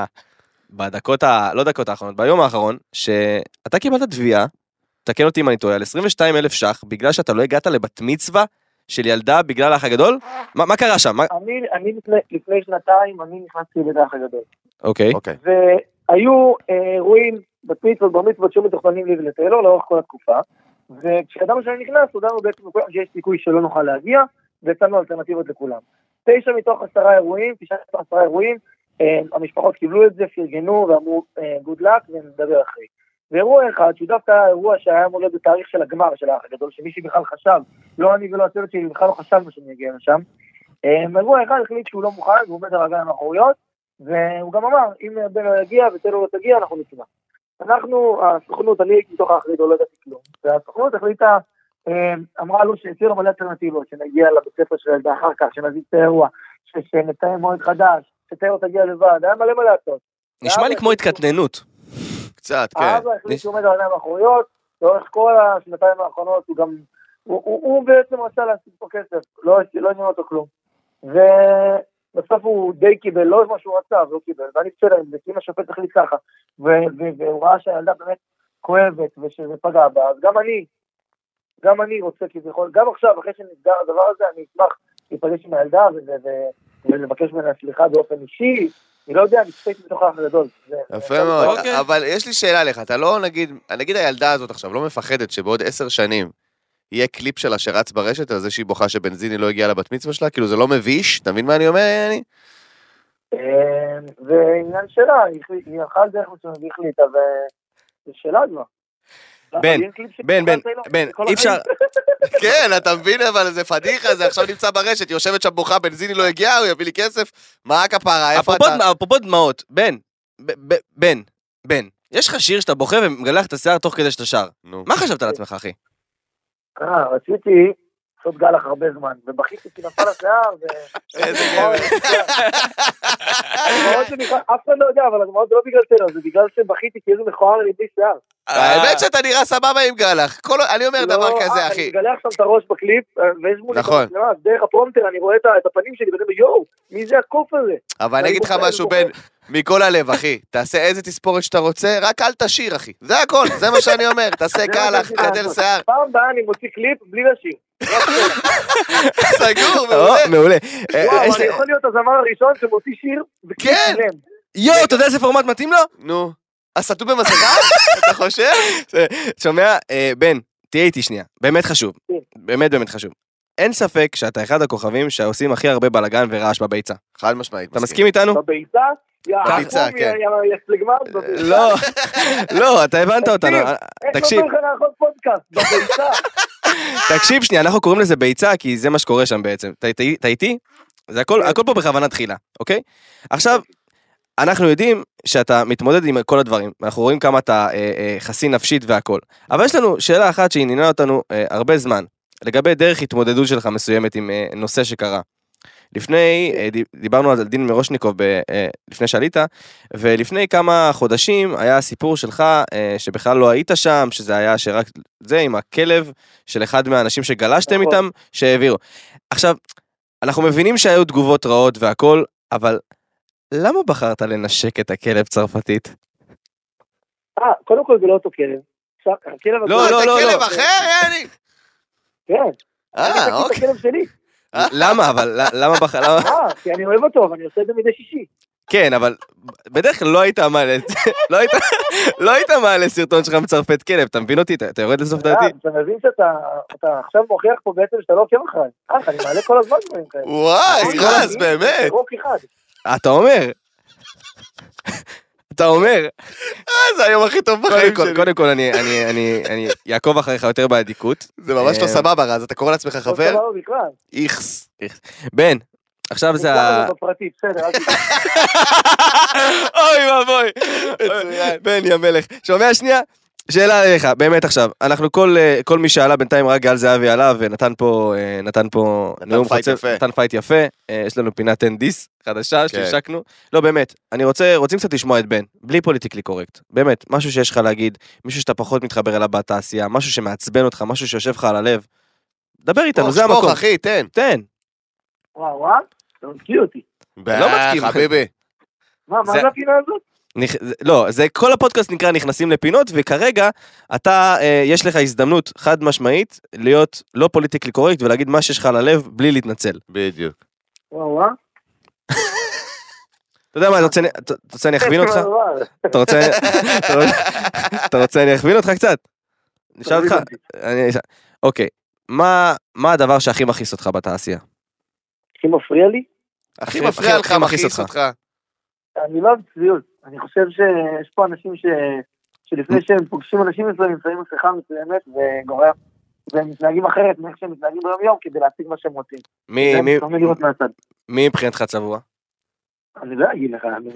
בדקות ה... לא דקות האחרונות, ביום האחרון, שאתה קיבלת תביעה, תקן אותי אם אני טועה, על עשרים ושתיים אלף ש"ח, בגלל שאתה לא הגעת לבת מצווה של ילדה בגלל האח הגדול? מה, מה קרה שם? מה... אני, אני לפני, לפני שנתיים, אני נכנסתי לאח הגדול. אוקיי. אוקיי. והיו אירועים בת מצוות, בר מצוות שהיו מתוכננים לי ולטיילור לאורך כל התקופה, וכשאדם שאני נכנס, הודענו בעצם שיש סיכוי שלא נוכל להגיע, והצענו אלטרנטיבות לכולם. תשע מתוך עשרה אירועים, תשעה מתוך עשרה אירועים, המשפחות קיבלו את זה, פרגנו ואמרו good luck ונדבר אחרי. ואירוע אחד, שהוא דווקא האירוע שהיה מולד בתאריך של הגמר של האח הגדול, שמישהי בכלל חשב, לא אני ולא הצוות שלי, בכלל לא חשבנו שאני אגיע לשם. אירוע אחד החליט שהוא לא מוכן, והוא עומד על הרגליים האחוריות, והוא גם אמר, אם בן לא יגיע וטלו לא תגיע, אנחנו נצמח. אנחנו, הסוכנות, אני הייתי מתוך האח הגדול, לא ידעתי כלום. והסוכנות החליטה, אמרה לו שהציעו מלא אלטרנטיבות, שנגיע לבית ספר של ילדה אחר כך, שנזיז את האירוע, שנתאם מועד חדש, שטלו תגיע לבד, היה מלא מלא הצעות. נשמע לי כמו התקטננות. קצת, כן. האבא החליט שהוא עומד על העיניים האחוריות, לאורך כל השנתיים האחרונות, הוא גם, הוא, הוא, הוא בעצם רצה להשיג פה כסף, לא, לא עניין אותו כלום. ובסוף הוא די קיבל, לא מה שהוא רצה, ולא קיבל, ואני בסדר, אם השופט החליט ככה, והוא ראה שהילדה באמת כואבת, ושזה פגע בה, אז גם אני, גם אני רוצה כביכול, גם עכשיו, אחרי שנסגר הדבר הזה, אני אשמח להיפגש עם הילדה, ולבקש ממנה סליחה באופן אישי, אני לא יודע, אני צפית מתוך האח הגדול. יפה מאוד, אבל יש לי שאלה לך, אתה לא נגיד, נגיד הילדה הזאת עכשיו לא מפחדת שבעוד עשר שנים יהיה קליפ שלה שרץ ברשת על זה שהיא בוכה שבנזיני לא הגיע לבת מצווה שלה, כאילו זה לא מביש, אתה מבין מה אני אומר, יעני? זה עניין שלה, היא הלכה על דרך מסוימת והחליטה, וזה שאלה כבר. בן, בן, בן, בן, אי אפשר... כן, אתה מבין, אבל זה פדיחה, זה עכשיו נמצא ברשת, היא יושבת שם בוכה, בנזיני לא הגיע, הוא יביא לי כסף, מה הכפרה, איפה אתה? אפרופו דמעות, בן, בן, בן, יש לך שיר שאתה בוכה ומגלח את השיער תוך כדי שאתה שר, מה חשבת על עצמך, אחי? אה, רציתי לעשות גלח הרבה זמן, ובכיתי כי נפל השיער, ו... איזה גבר. אף אחד לא יודע, אבל הדמעות זה לא בגלל תלו, זה בגלל שבכיתי כאילו מכוער לי בלי שיער. האמת שאתה נראה סבבה עם גלח, אני אומר דבר כזה, אחי. אני מגלח שם את הראש בקליפ, ויש מולי דרך הפרומטר, אני רואה את הפנים שלי, ואני אומר, יואו, מי זה הקוף הזה? אבל אני אגיד לך משהו, בן, מכל הלב, אחי, תעשה איזה תספורת שאתה רוצה, רק אל תשיר, אחי. זה הכל, זה מה שאני אומר, תעשה גלח, תגדל שיער. פעם באה אני מוציא קליפ בלי לשיר. סגור, מעולה. מעולה. וואו, אני יכול להיות הזמר הראשון שמוציא שיר וקליפ שלם. יואו, אתה יודע איזה פורמט מתאים לו? נו. הסתו במסכה? אתה חושב? שומע, בן, תהיה איתי שנייה, באמת חשוב, באמת באמת חשוב. אין ספק שאתה אחד הכוכבים שעושים הכי הרבה בלגן ורעש בביצה. חד משמעית. אתה מסכים איתנו? בביצה? בביצה, כן. לא, לא, אתה הבנת אותנו. תקשיב. תקשיב שנייה, אנחנו קוראים לזה ביצה, כי זה מה שקורה שם בעצם. אתה איתי? זה הכל פה בכוונה תחילה, אוקיי? עכשיו, אנחנו יודעים שאתה מתמודד עם כל הדברים, אנחנו רואים כמה אתה אה, אה, חסין נפשית והכל, אבל יש לנו שאלה אחת שהיא עניינה אותנו אה, הרבה זמן, לגבי דרך התמודדות שלך מסוימת עם אה, נושא שקרה. לפני, אה, דיברנו על דין מירושניקוב ב, אה, לפני שעלית, ולפני כמה חודשים היה סיפור שלך אה, שבכלל לא היית שם, שזה היה שרק זה עם הכלב של אחד מהאנשים שגלשתם איתם, שהעבירו. עכשיו, אנחנו מבינים שהיו תגובות רעות והכל, אבל למה בחרת לנשק את הכלב צרפתית? אה, קודם כל זה לא אותו כלב. לא, לא, לא. זה כלב אחר, יאני? כן. אה, אוקיי. זה כלב שלי. למה, אבל, למה בחרת? אה, כי אני אוהב אותו, ואני עושה את זה מדי שישי. כן, אבל בדרך כלל לא היית מעלה, לא היית מעלה סרטון שלך מצרפת כלב, אתה מבין אותי? אתה יורד לסוף דעתי? אתה מבין שאתה עכשיו מוכיח פה בעצם שאתה לא עוקב אחריי. אה, אני מעלה כל הזמן דברים כאלה. וואי, רז, באמת. רוק אחד. אתה אומר, אתה אומר, זה היום הכי טוב בחיים שלי. קודם כל אני יעקוב אחריך יותר בעדיקות. זה ממש לא סבבה רז, אתה קורא לעצמך חבר? לא סבבה בכלל. איכס. בן, עכשיו זה ה... בפרטי, בסדר, אל תדע. אוי ואבוי. בן יא מלך. שומע שנייה? שאלה עליך, באמת עכשיו, אנחנו כל, כל מי שעלה בינתיים רק גל זהבי עלה ונתן פה, נתן פה נאום חוצב, נתן פייט יפה, יש לנו פינת אין דיס חדשה שהשקנו, לא באמת, אני רוצה, רוצים קצת לשמוע את בן, בלי פוליטיקלי קורקט, באמת, משהו שיש לך להגיד, מישהו שאתה פחות מתחבר אליו בתעשייה, משהו שמעצבן אותך, משהו שיושב לך על הלב, דבר איתנו, זה המקום. אחי, תן. תן. וואו, וואו, אתה מתקיע אותי. לא מתקיע, חביבי. מה, מה זה הפינה הזאת? נכ... לא, זה כל הפודקאסט נקרא נכנסים לפינות, וכרגע אתה, אה, יש לך הזדמנות חד משמעית להיות לא פוליטיקלי קורקט ולהגיד מה שיש לך על הלב בלי להתנצל. בדיוק. וואו וואו. אתה יודע מה, אתה רוצה אני אכווין אותך? אתה רוצה אתה רוצה אני אכווין אותך קצת? נשאל אותך? אוקיי, מה הדבר שהכי מכעיס אותך בתעשייה? הכי מפריע לי? הכי מפריע לך, מכעיס אותך. אני לא בצביעות, אני חושב שיש פה אנשים ש... שלפני שהם פוגשים אנשים מסוימים, שמים מסכה מסוימת וגורם, והם מתנהגים אחרת מאיך שהם מתנהגים ביום יום כדי להשיג מה שהם רוצים. מי, מי, מי, מי מבחינתך צבוע? אני לא אגיד לך, אני...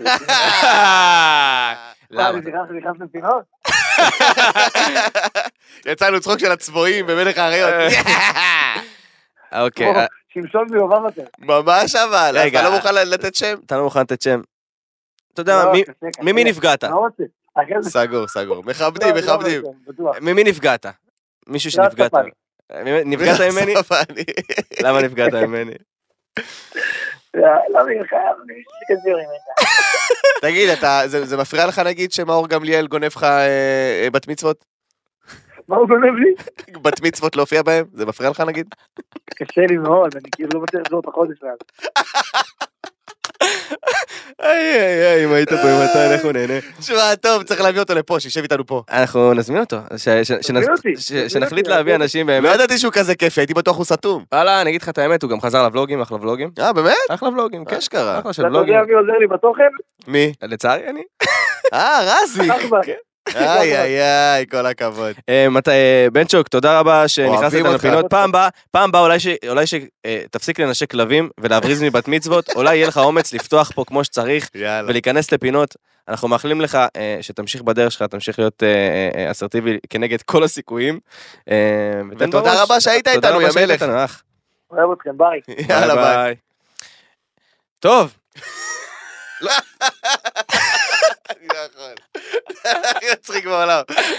למה? אני נכנס לפינות? יצאנו צחוק של הצבועים במלך האריות. אוקיי. שמשון ויובב יותר. ממש אבל, אתה לא מוכן לתת שם? אתה לא מוכן לתת שם. אתה יודע, ממי נפגעת? אחרי זה- סגור, סגור. מכבדים, לא, לא, מכבדים. בטוח. ממי נפגעת? מישהו לא, שנפגעת. ספני. נפגעת ממני? ספני. למה נפגעת ממני? לא, אני חייב, אני יש לי כזה יורים. תגיד, אתה, זה זה מפריע לך נגיד שמאור גמליאל גונב לך אה, אה, בת מצוות? מה הוא גונב לי? בת מצוות להופיע בהם? זה מפריע לך נגיד? קשה לי מאוד, אני כאילו לא מצליח לחזור את החודש מאז. איי איי איי, אם היית פה עם מתן, איך הוא נהנה. תשמע, טוב, צריך להביא אותו לפה, שישב איתנו פה. אנחנו נזמין אותו, ש- ש- שנז- אותי, ש- תזמין שנחליט אותי, להביא אבל- אנשים לא באמת. ידעתי שהוא כזה כיף, הייתי בטוח הוא סתום. וואלה, אני אגיד לך את האמת, הוא גם חזר לבלוגים, אחלה ולוגים. אה, באמת? אחלה ולוגים, כן. אשכרה. אחלה של אתה ולוגים. יודע מי עוזר לי בתוכן? מי? לצערי אני. אה, רזיק. אחמד. איי איי איי, כל הכבוד. אה, מת- אה, בנצ'וק, תודה רבה שנכנסת אוהבים איתנו אותך. לפינות. פעם הבאה, פעם הבאה אולי ש- אולי שתפסיק לנשק כלבים ולהבריז מבת מצוות, אולי יהיה לך אומץ לפתוח פה כמו שצריך יאללה. ולהיכנס לפינות. אנחנו מאחלים לך אה, שתמשיך בדרך שלך, תמשיך להיות אה, אה, אסרטיבי כנגד כל הסיכויים. אה, ותן ותודה בראש. רבה שהיית תודה איתנו, רבה יא שהיית מלך. איתנו, אח. אוהב אתכם, ביי. יאללה, ביי. טוב, אני לא יכול. הכי מצחיק בעולם.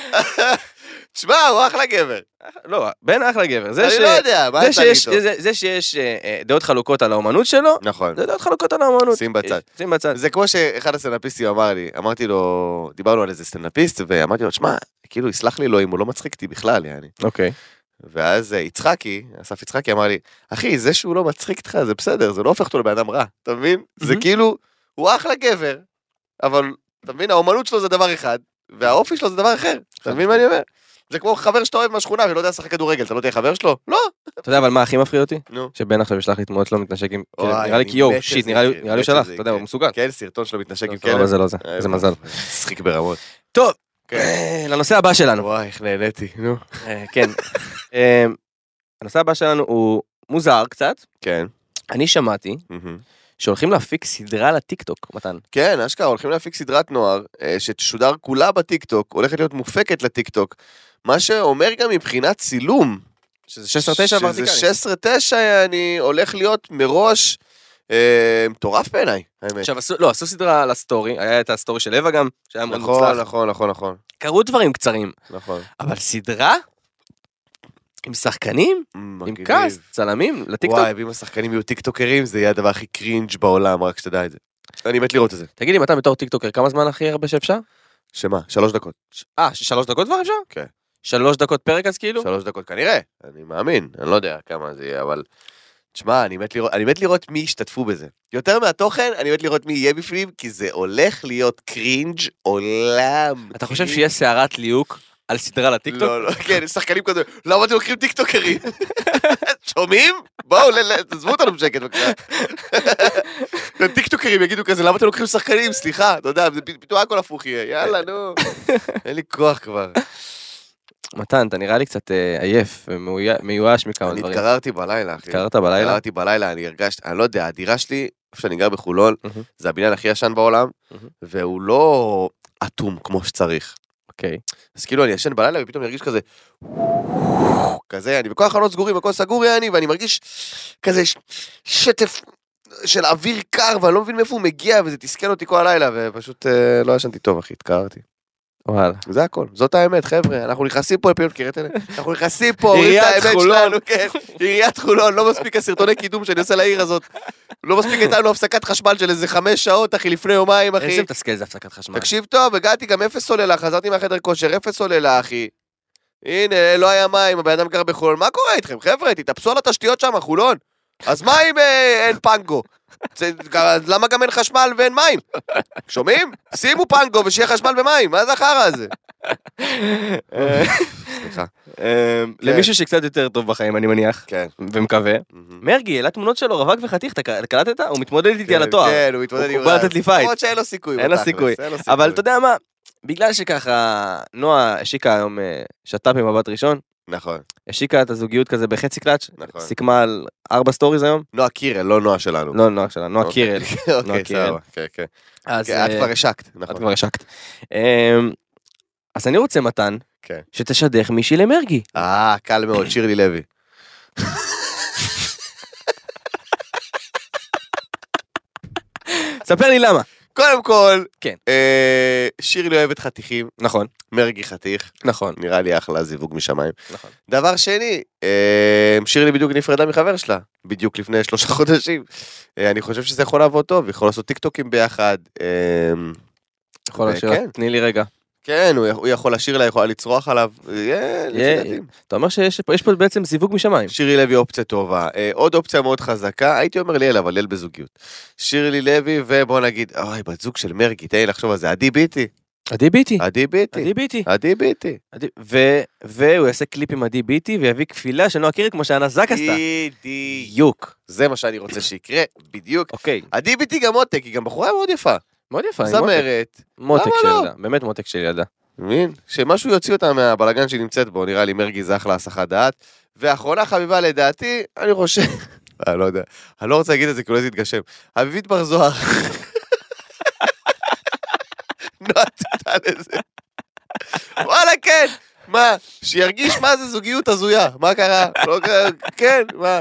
תשמע, הוא אחלה גבר. לא, בן אחלה גבר. זה אני ש- לא יודע, מה זה יצא לי שיש- איתו? זה- זה שיש אה, אה, דעות חלוקות על האומנות שלו, נכון. זה דעות חלוקות על האומנות. שים בצד. שים בצד. זה כמו שאחד הסטנדאפיסטים אמר לי, אמרתי לו, דיברנו על איזה סטנדאפיסט, ואמרתי לו, שמע, כאילו, יסלח לי לו אם הוא לא מצחיק אותי בכלל, יעני. אוקיי. ואז אה, יצחקי, אסף יצחקי אמר לי, אחי, זה שהוא לא מצחיק אותך, זה בסדר, זה לא הופך אותו לבן אדם רע, אתה מבין? זה מהמם. כאילו, הוא אחלה גבר, אבל, אתה מבין, האומנות שלו זה דבר אחד, והאופי שלו זה דבר אחר, אתה מבין מה אני אומר? זה כמו חבר שאתה אוהב מהשכונה ולא יודע לשחק כדורגל, אתה לא תהיה חבר שלו? לא. אתה יודע אבל מה הכי מפחיד אותי? נו. שבן עכשיו ישלח לי תמונות שלו מתנשק עם... וואי, כאילו, נראה לי אני כי יואו, מת שיט, שזה נראה לי יקרה, נראה לי מת שלח, שזה אתה יודע, הוא יקרה. מסוגל. כן, סרטון שלו מתנשק עם לא, כלב. זה לא זה, איזה מזל. מצחיק ברמות. טוב, כן. אה, לנושא הבא שלנו. וואי, איך נהניתי, נו. אה, כן. אה, הנושא הבא שלנו הוא מוזר קצת. כן. אני שמעתי מהמם. שהולכים להפיק סדרה לטיקטוק, מתן. כן, אשכרה, הולכים להפיק סדרת נוער, אה, שתשודר כולה בטיקטוק, הולכת להיות מופקת לטיקטוק, מה שאומר גם מבחינת צילום, שזה שש עשרה תשע שזה ורטיקלי. שש עשרה תשע, אני הולך להיות מראש אה, מטורף בעיניי, האמת. עכשיו, עשו- לא, עשו סדרה על הסטורי, היה את הסטורי של אווה גם, שהיה מאוד נכון, מוצלח. נכון, נכון, נכון, קרו דברים קצרים, נכון. אבל סדרה? עם שחקנים? עם מגניב. קאסט, צלמים, לטיקטוק? וואי, ואם השחקנים יהיו טיקטוקרים, זה יהיה הדבר הכי קרינג' בעולם, רק שתדע את זה. אני מת לראות את זה. תגיד לי, אתה בתור טיקטוקר, כמה זמן הכי הרבה שאפשר? שמה? שלוש דקות. אה, שלוש דקות כבר אפשר? כן. שלוש דקות פרק אז כאילו? שלוש דקות כנראה, אני מאמין, אני לא יודע כמה זה יהיה, אבל... תשמע, אני מת לראות, אני מת לראות מי ישתתפו בזה. יותר מהתוכן, אני מת לראות מי יהיה בפנים, כי זה הולך להיות קרינג' עולם. אתה חושב שיהיה סערת ליהוק על סדרה לטיקטוק? לא, לא, כן, שחקנים כזה, למה אתם לוקחים טיקטוקרים? שומעים? בואו, ל- ל- תעזבו אותנו בשקט, בבקשה. טיקטוקרים יגידו כזה, למה אתם לוקחים שחקנים? סליחה, אתה יודע, זה פ- פתאום הכל הפוך יהיה, יאללה, נו. אין לי כוח כבר. מתן, אתה נראה לי קצת אה, עייף ומיואש מכמה אני דברים. התקררתי בלילה, אחי. התקררת בלילה? התקררתי בלילה, אני הרגשתי, אני לא יודע, הדירה שלי, איפה שאני גר בחולון, מהמם. זה הבניין הכי ישן בעולם, מהמם. והוא לא אטום כמו שצריך. אוקיי. אז כאילו אני ישן בלילה ופתאום אני ארגיש כזה, כזה, אני בכל החלונות סגורים, הכל סגור יעני, ואני מרגיש כזה ש- שטף של אוויר קר, ואני לא מבין מאיפה הוא מגיע, וזה תסכל אותי כל הלילה, ופשוט אה, לא ישנתי טוב, אחי, התקררתי. וואלה. זה הכל, זאת האמת, חבר'ה, אנחנו נכנסים פה לפינות, קראת אלה? אנחנו נכנסים פה, אומרים את עיריית האמת חולון. שלנו, כן, עיריית חולון, לא מספיק הסרטוני קידום שאני עושה לעיר הזאת, לא מספיק הייתה לנו הפסקת חשמל של איזה חמש שעות, אחי, לפני יומיים, אחי. איזה מתסכל זה הפסקת חשמל. תקשיב טוב, הגעתי גם אפס סוללה, חזרתי מהחדר כושר, אפס סוללה, אחי. הנה, לא היה מים, הבן אדם גר בחולון, מה קורה איתכם, חבר'ה? תתאפסו על התשתיות שם, חולון. אז מה אם אה, אין פנגו? זה, אז למה גם אין חשמל ואין מים? שומעים? שימו פנגו ושיהיה חשמל ומים, מה זה החרא הזה? סליחה. אה, למישהו שקצת יותר טוב בחיים, אני מניח, כן. ומקווה. מרגי, העלה תמונות שלו, רווק וחתיך, אתה קלטת? הוא מתמודד איתי על התואר. כן, הוא מתמודד הוא עם... בא לתת לי פייט. למרות שאין לו סיכוי. אין לו בתכלס, סיכוי. אין לו סיכוי. אבל אתה יודע מה? בגלל שככה, נועה השיקה היום אה, שת"פ עם מבט ראשון, נכון, השיקה את הזוגיות כזה בחצי קלאץ', נכון. סיכמה על ארבע סטוריז היום, נועה קירל, לא נועה שלנו. לא נועה שלה, נועה אוקיי. קירל. נועה אוקיי, קירל. סבבה, כן, כן. אז כן, את אה, כבר השקת, את נכון. כבר השקת. אמ, אז אני רוצה מתן, כן. שתשדך מישהי למרגי. אה, קל מאוד, שירלי לוי. ספר לי למה. קודם כל, כן. אה, שירלי אוהבת חתיכים, נכון, מרגי חתיך, נכון, נראה לי אחלה זיווג משמיים. נכון. דבר שני, אה, שירלי בדיוק נפרדה מחבר שלה, בדיוק לפני שלושה חודשים. אה, אני חושב שזה יכול לעבוד טוב, יכול לעשות טיקטוקים ביחד. אה, יכול לשיר, כן. תני לי רגע. כן, הוא, הוא יכול לשיר לה, יכולה לצרוח עליו. יהיה, לפי דעתי. אתה אומר שיש פה, יש פה בעצם זיווג משמיים. שירלי לוי אופציה טובה. אה, עוד אופציה מאוד חזקה, הייתי אומר ליאל, אבל ליאל בזוגיות. שירלי לוי, ובוא נגיד, אוי, בת זוג של מרגי, תן לי לחשוב על זה, עדי ביטי. עדי ביטי. עדי ביטי. עדי ביטי. עדי ביטי. עדי- ו- והוא יעשה קליפ עם עדי ביטי ויביא כפילה של נועה קירל כמו שענה זק עשתה. בדיוק. זה מה שאני רוצה שיקרה, בדיוק. אוקיי. עדי ביטי גם מותק, היא גם בחורה מאוד יפה. מאוד יפה. עם מותק. זמרת. מותק למה של לא? ילדה. באמת מותק של ילדה. מבין? שמשהו יוציא אותה מהבלגן שהיא נמצאת בו, נראה לי מרגי זה אחלה הסחת דעת. ואחרונה חביבה לדעתי, אני חושב, אני לא יודע, אני לא רוצה להגיד את זה כי אולי זה יתגשם. אביבית בר זוהר. נועה תודה לזה. וואלה כן, מה, שירגיש מה זה זוגיות הזויה, מה קרה? לא קרה, כן, מה?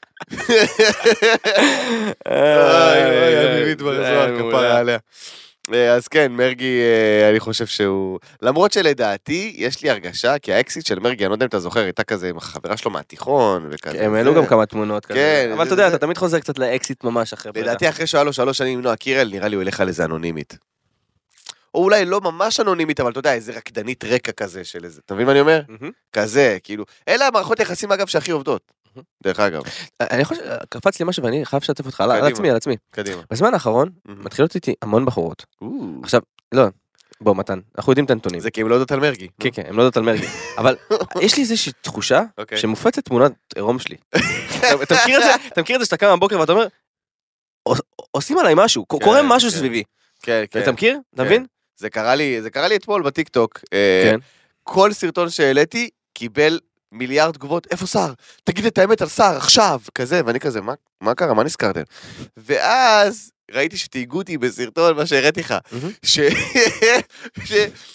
אוי אוי, אביבית בר זוהר, כפרה עליה. אז כן, מרגי, אני חושב שהוא... למרות שלדעתי, יש לי הרגשה, כי האקסיט של מרגי, אני לא יודע אם אתה זוכר, הייתה כזה עם החברה שלו מהתיכון, וכזה. הם העלו גם כמה תמונות כזה. כן, אבל זה- אתה יודע, זה- אתה תמיד חוזר קצת לאקסיט ממש אחרי פרידה. לדעתי, אחרי שהיה לו שלוש שנים עם נועה קירל, נראה לי הוא ילך על איזה אנונימית. או אולי לא ממש אנונימית, אבל אתה יודע, איזה רקדנית רקע כזה של איזה... אתה מבין מה אני אומר? מהמם. כזה, כאילו... אלה המערכות יחסים, אגב, שהכי עובדות. דרך אגב, אני חושב, קפץ לי משהו ואני חייב לשתף אותך, על על קדימה. עצמי, על עצמי. קדימה. בזמן האחרון, מהמם. מתחילות איתי המון בחורות. או, עכשיו, לא, בוא מתן, אנחנו יודעים את הנתונים. זה כי הם לא יודעות על מרגי. כן, כן, הם לא יודעות על מרגי. אבל יש לי איזושהי תחושה אוקיי. שמופצת תמונת עירום שלי. אתה אתה מכיר את זה? אתה מכיר את זה שאתה קם בבוקר ואתה אומר, "עוש- עושים עליי משהו, כן, קורה משהו כן. סביבי. כן, כן. אתה מכיר? אתה כן. מבין? זה קרה לי, זה קרה לי אתמול בטיקטוק. אה, כן. כל סרטון שהעליתי קיבל מיליארד תגובות, איפה שר? תגיד את האמת על שר, עכשיו, כזה, ואני כזה, מה, מה קרה, מה נזכרתם? ואז ראיתי שתהיגו אותי בסרטון, מה שהראיתי לך, מהמם. ש... ש...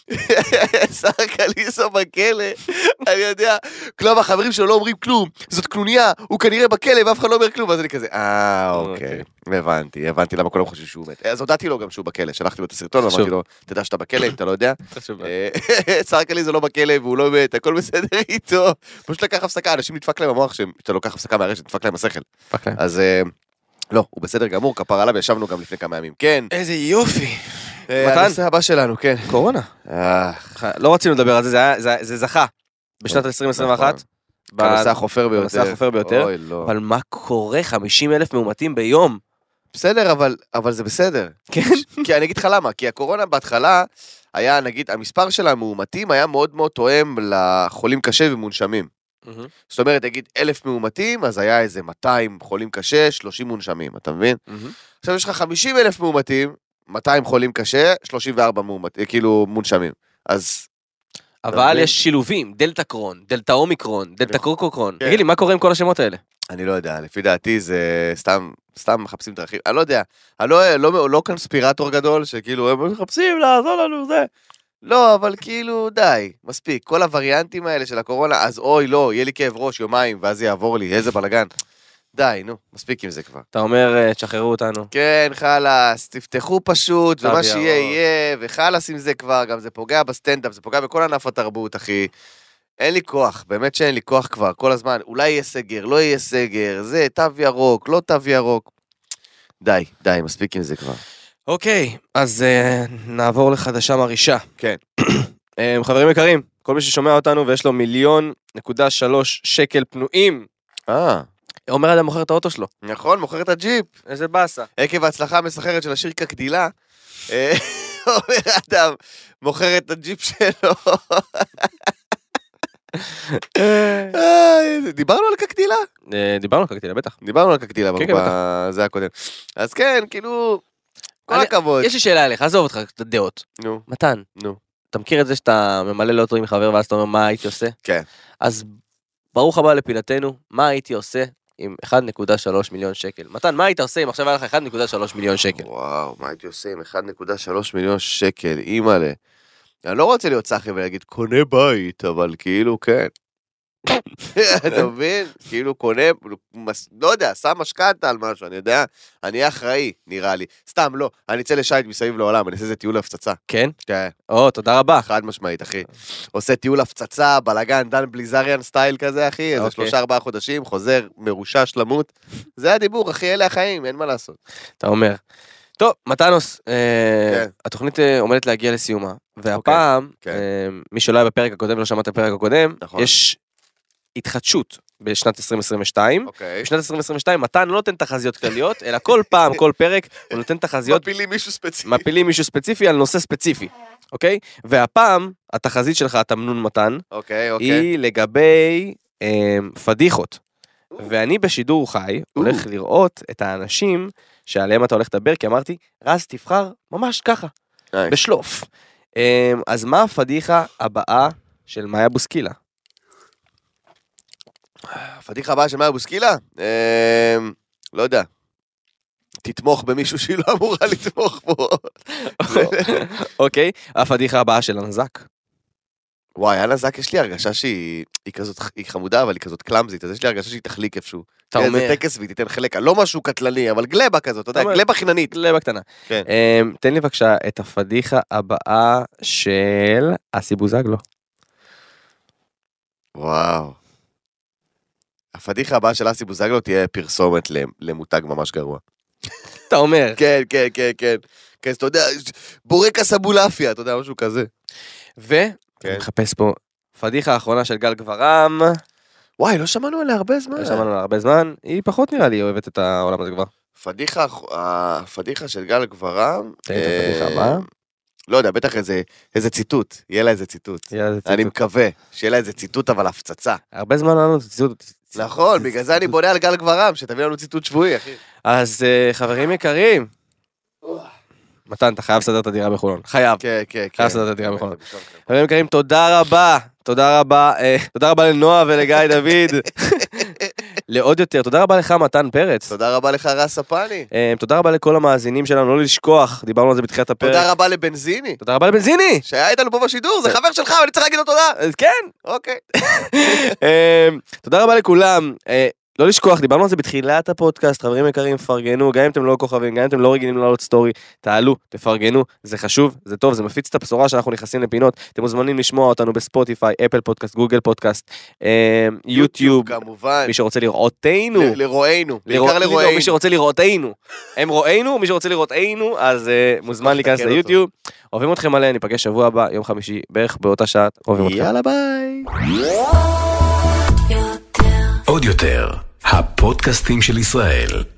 שר קליסו בכלא, אני יודע, כלום החברים שלו לא אומרים כלום, זאת קלוניה, הוא כנראה בכלא ואף אחד לא אומר כלום, אז אני כזה, אה, אוקיי, הבנתי, הבנתי למה כולם חושבים שהוא מת. אז הודעתי לו גם שהוא בכלא, שלחתי לו את הסרטון, חשוב. ואמרתי לו, תדע שאתה בכלא, אם אתה לא יודע, חשוב. אה, שר קליסו לא בכלא והוא לא מת, הכל בסדר איתו, פשוט לקח הפסקה, אנשים נדפק להם המוח, שאתה לוקח הפסקה מהרשת, נדפק להם השכל, פאק להם. אז אה, לא, הוא בסדר גמור, כפר עליו, ישבנו גם לפני כמה ימים, כן, איזה יופי. אה, מתן? הנושא הבא שלנו, כן. קורונה. אה, לא רצינו לדבר על זה, זה היה- זה- זה זכה. בשנת עשרים עשרים ואחת. ב- הנושא החופר ביותר. הנושא החופר ביותר. אוי, לא. אבל מה קורה? חמישים אלף מאומתים ביום. בסדר, אבל, אבל זה בסדר. כן? כי אני אגיד לך למה, כי הקורונה בהתחלה היה, נגיד, המספר של המאומתים היה מאוד מאוד תואם לחולים קשה ומונשמים. מהמם. זאת אומרת, נגיד אלף מאומתים, אז היה איזה מאתיים חולים קשה, שלושים מונשמים, אתה מבין? מהמם. עכשיו יש לך חמישים אלף מאומתים, מאתיים חולים קשה, שלושים וארבע מאומתים, כאילו מונשמים. אז אבל מבין? יש שילובים, דלתא קרון, דלתא אומיקרון, דלתא נכון. קורקוקרון. כן. תגיד לי, מה קורה עם כל השמות האלה? אני לא יודע, לפי דעתי זה סתם, סתם מחפשים דרכים, אני לא יודע, אני לא, לא, לא קונספירטור גדול, שכאילו הם מחפשים לעזור לנו, זה. לא, אבל כאילו, די, מספיק, כל הווריאנטים האלה של הקורונה, אז אוי, לא, יהיה לי כאב ראש יומיים, ואז זה יעבור לי, איזה בלגן. די, נו, מספיק עם זה כבר. אתה אומר, אה, תשחררו אותנו. כן, חלאס, תפתחו פשוט, תו ומה ירוק. שיהיה יהיה, וחלאס עם זה כבר, גם זה פוגע בסטנדאפ, זה פוגע בכל ענף התרבות, אחי. אין לי כוח, באמת שאין לי כוח כבר, כל הזמן, אולי יהיה סגר, לא יהיה סגר, זה, תו ירוק, לא תו ירוק. די, די, מספיק עם זה כבר. אוקיי, אז אה, נעבור לחדשה מרעישה. כן. אה, חברים יקרים, כל מי ששומע אותנו ויש לו מיליון נקודה שלוש שקל פנויים, אה, אומר אדם מוכר את האוטו שלו. נכון, מוכר את הג'יפ. איזה באסה. עקב ההצלחה המסחררת של השיר כגדילה, אה, אומר אדם, מוכר את הג'יפ שלו. אה, דיברנו על כגדילה? אה, דיברנו על קקטילה, בטח. דיברנו על כגדילה, כן, כן, זה הקודם. אז כן, כאילו, כל אני- הכבוד. יש לי שאלה אליך, עזוב אותך את הדעות. נו, מתן, נו. אתה מכיר את זה שאתה ממלא לאוטו עם חבר ואז אתה אומר מה הייתי עושה? כן. אז ברוך הבא לפינתנו, מה הייתי עושה עם אחד נקודה שלוש מיליון שקל? מתן, מה היית עושה אם עכשיו היה לך אחד נקודה שלוש מיליון שקל? וואו, מה הייתי עושה עם אחד נקודה שלוש מיליון שקל, אימא'לה. אני לא רוצה להיות צחי ולהגיד, קונה בית, אבל כאילו, כן. אתה מבין? כאילו קונה, לא יודע, שם משכנתה על משהו, אני יודע, אני אהיה אחראי, נראה לי. סתם, לא, אני אצא לשייט מסביב לעולם, אני אעשה איזה טיול הפצצה. כן? כן. או, תודה רבה. חד משמעית, אחי. עושה טיול הפצצה, בלגן, דן בליזריאן סטייל כזה, אחי, איזה שלושה ארבעה חודשים, חוזר, מרושש למות. זה הדיבור, אחי, אלה החיים, אין מה לעשות. אתה אומר. טוב, מתנוס, התוכנית עומדת להגיע לסיומה, והפעם, מי שלא היה בפרק הקודם ולא שמע את הפרק הקודם, יש התחדשות בשנת עשרים עשרים ושתיים. בשנת עשרים עשרים ושתיים מתן לא נותן תחזיות כלליות, אלא כל פעם, כל פרק, הוא נותן תחזיות. מפילים מישהו ספציפי. מפילים מישהו ספציפי על נושא ספציפי, אוקיי? והפעם, התחזית שלך, התמנון מתן, היא לגבי פדיחות. ואני בשידור חי הולך לראות את האנשים שעליהם אתה הולך לדבר, כי אמרתי, רז תבחר ממש ככה, בשלוף. אז מה הפדיחה הבאה של מאיה בוסקילה? הפדיחה הבאה של מאיה בוסקילה? לא יודע. תתמוך במישהו שהיא לא אמורה לתמוך בו. אוקיי, הפדיחה הבאה של הנזק. וואי, הנזק יש לי הרגשה שהיא כזאת, היא חמודה, אבל היא כזאת קלאמזית, אז יש לי הרגשה שהיא תחליק איפשהו. אתה אומר. איזה טקס והיא תיתן חלק, לא משהו קטלני, אבל גלבה כזאת, אתה יודע, גלבה חיננית. גלבה קטנה. תן לי בבקשה את הפדיחה הבאה של אסי בוזגלו. וואו. הפדיחה הבאה של אסי בוזגלו תהיה פרסומת למותג ממש גרוע. אתה אומר. כן, כן, כן, כן. כן, אתה יודע, בורקס אבולעפיה, אתה יודע, משהו כזה. ו... אני מחפש פה פדיחה האחרונה של גל גברם. וואי, לא שמענו עליה הרבה זמן. לא שמענו עליה הרבה זמן, היא פחות נראה לי אוהבת את העולם הזה כבר. פדיחה, הפדיחה של גל גברם. תן את הפדיחה הבאה. לא יודע, בטח איזה, איזה ציטוט, יהיה לה איזה ציטוט. אני מקווה שיהיה לה איזה ציטוט, אבל הפצצה. הרבה זמן לנו ציטוט. נכון, בגלל זה אני בונה על גל גברם, שתביא לנו ציטוט שבועי, אחי. אז חברים יקרים, מתן, אתה חייב לסדר את הדירה בחולון. חייב. כן, כן, כן. חייב לסדר את הדירה בחולון. חברים יקרים, תודה רבה. תודה רבה. תודה רבה לנועה ולגיא דוד. לעוד יותר. תודה רבה לך, מתן פרץ. תודה רבה לך, רס ספני. תודה רבה לכל המאזינים שלנו, לא לשכוח. דיברנו על זה בתחילת הפרק. תודה רבה לבנזיני. תודה רבה לבנזיני. שהיה איתנו פה בשידור, זה חבר שלך, ואני צריך להגיד לו תודה. כן. אוקיי. תודה רבה לכולם. לא לשכוח, דיברנו על זה בתחילת הפודקאסט, חברים יקרים, פרגנו, גם אם אתם לא כוכבים, גם אם אתם לא רגילים לעלות סטורי, תעלו, תפרגנו, זה חשוב, זה טוב, זה מפיץ את הבשורה שאנחנו נכנסים לפינות, אתם מוזמנים לשמוע אותנו בספוטיפיי, אפל פודקאסט, גוגל פודקאסט, יוטיוב, כמובן, מי שרוצה לראותנו, לרואינו, בעיקר לרואינו, מי שרוצה לראותנו, הם רואינו, מי שרוצה לראותנו, אז מוזמן להיכנס ליוטיוב, אוהבים אתכם מלא, ניפגש שבוע הבא, יום חמישי, בערך באותה שעה, אוהבים אתכם. יאללה ביי. עוד יותר, הפודקאסטים של ישראל.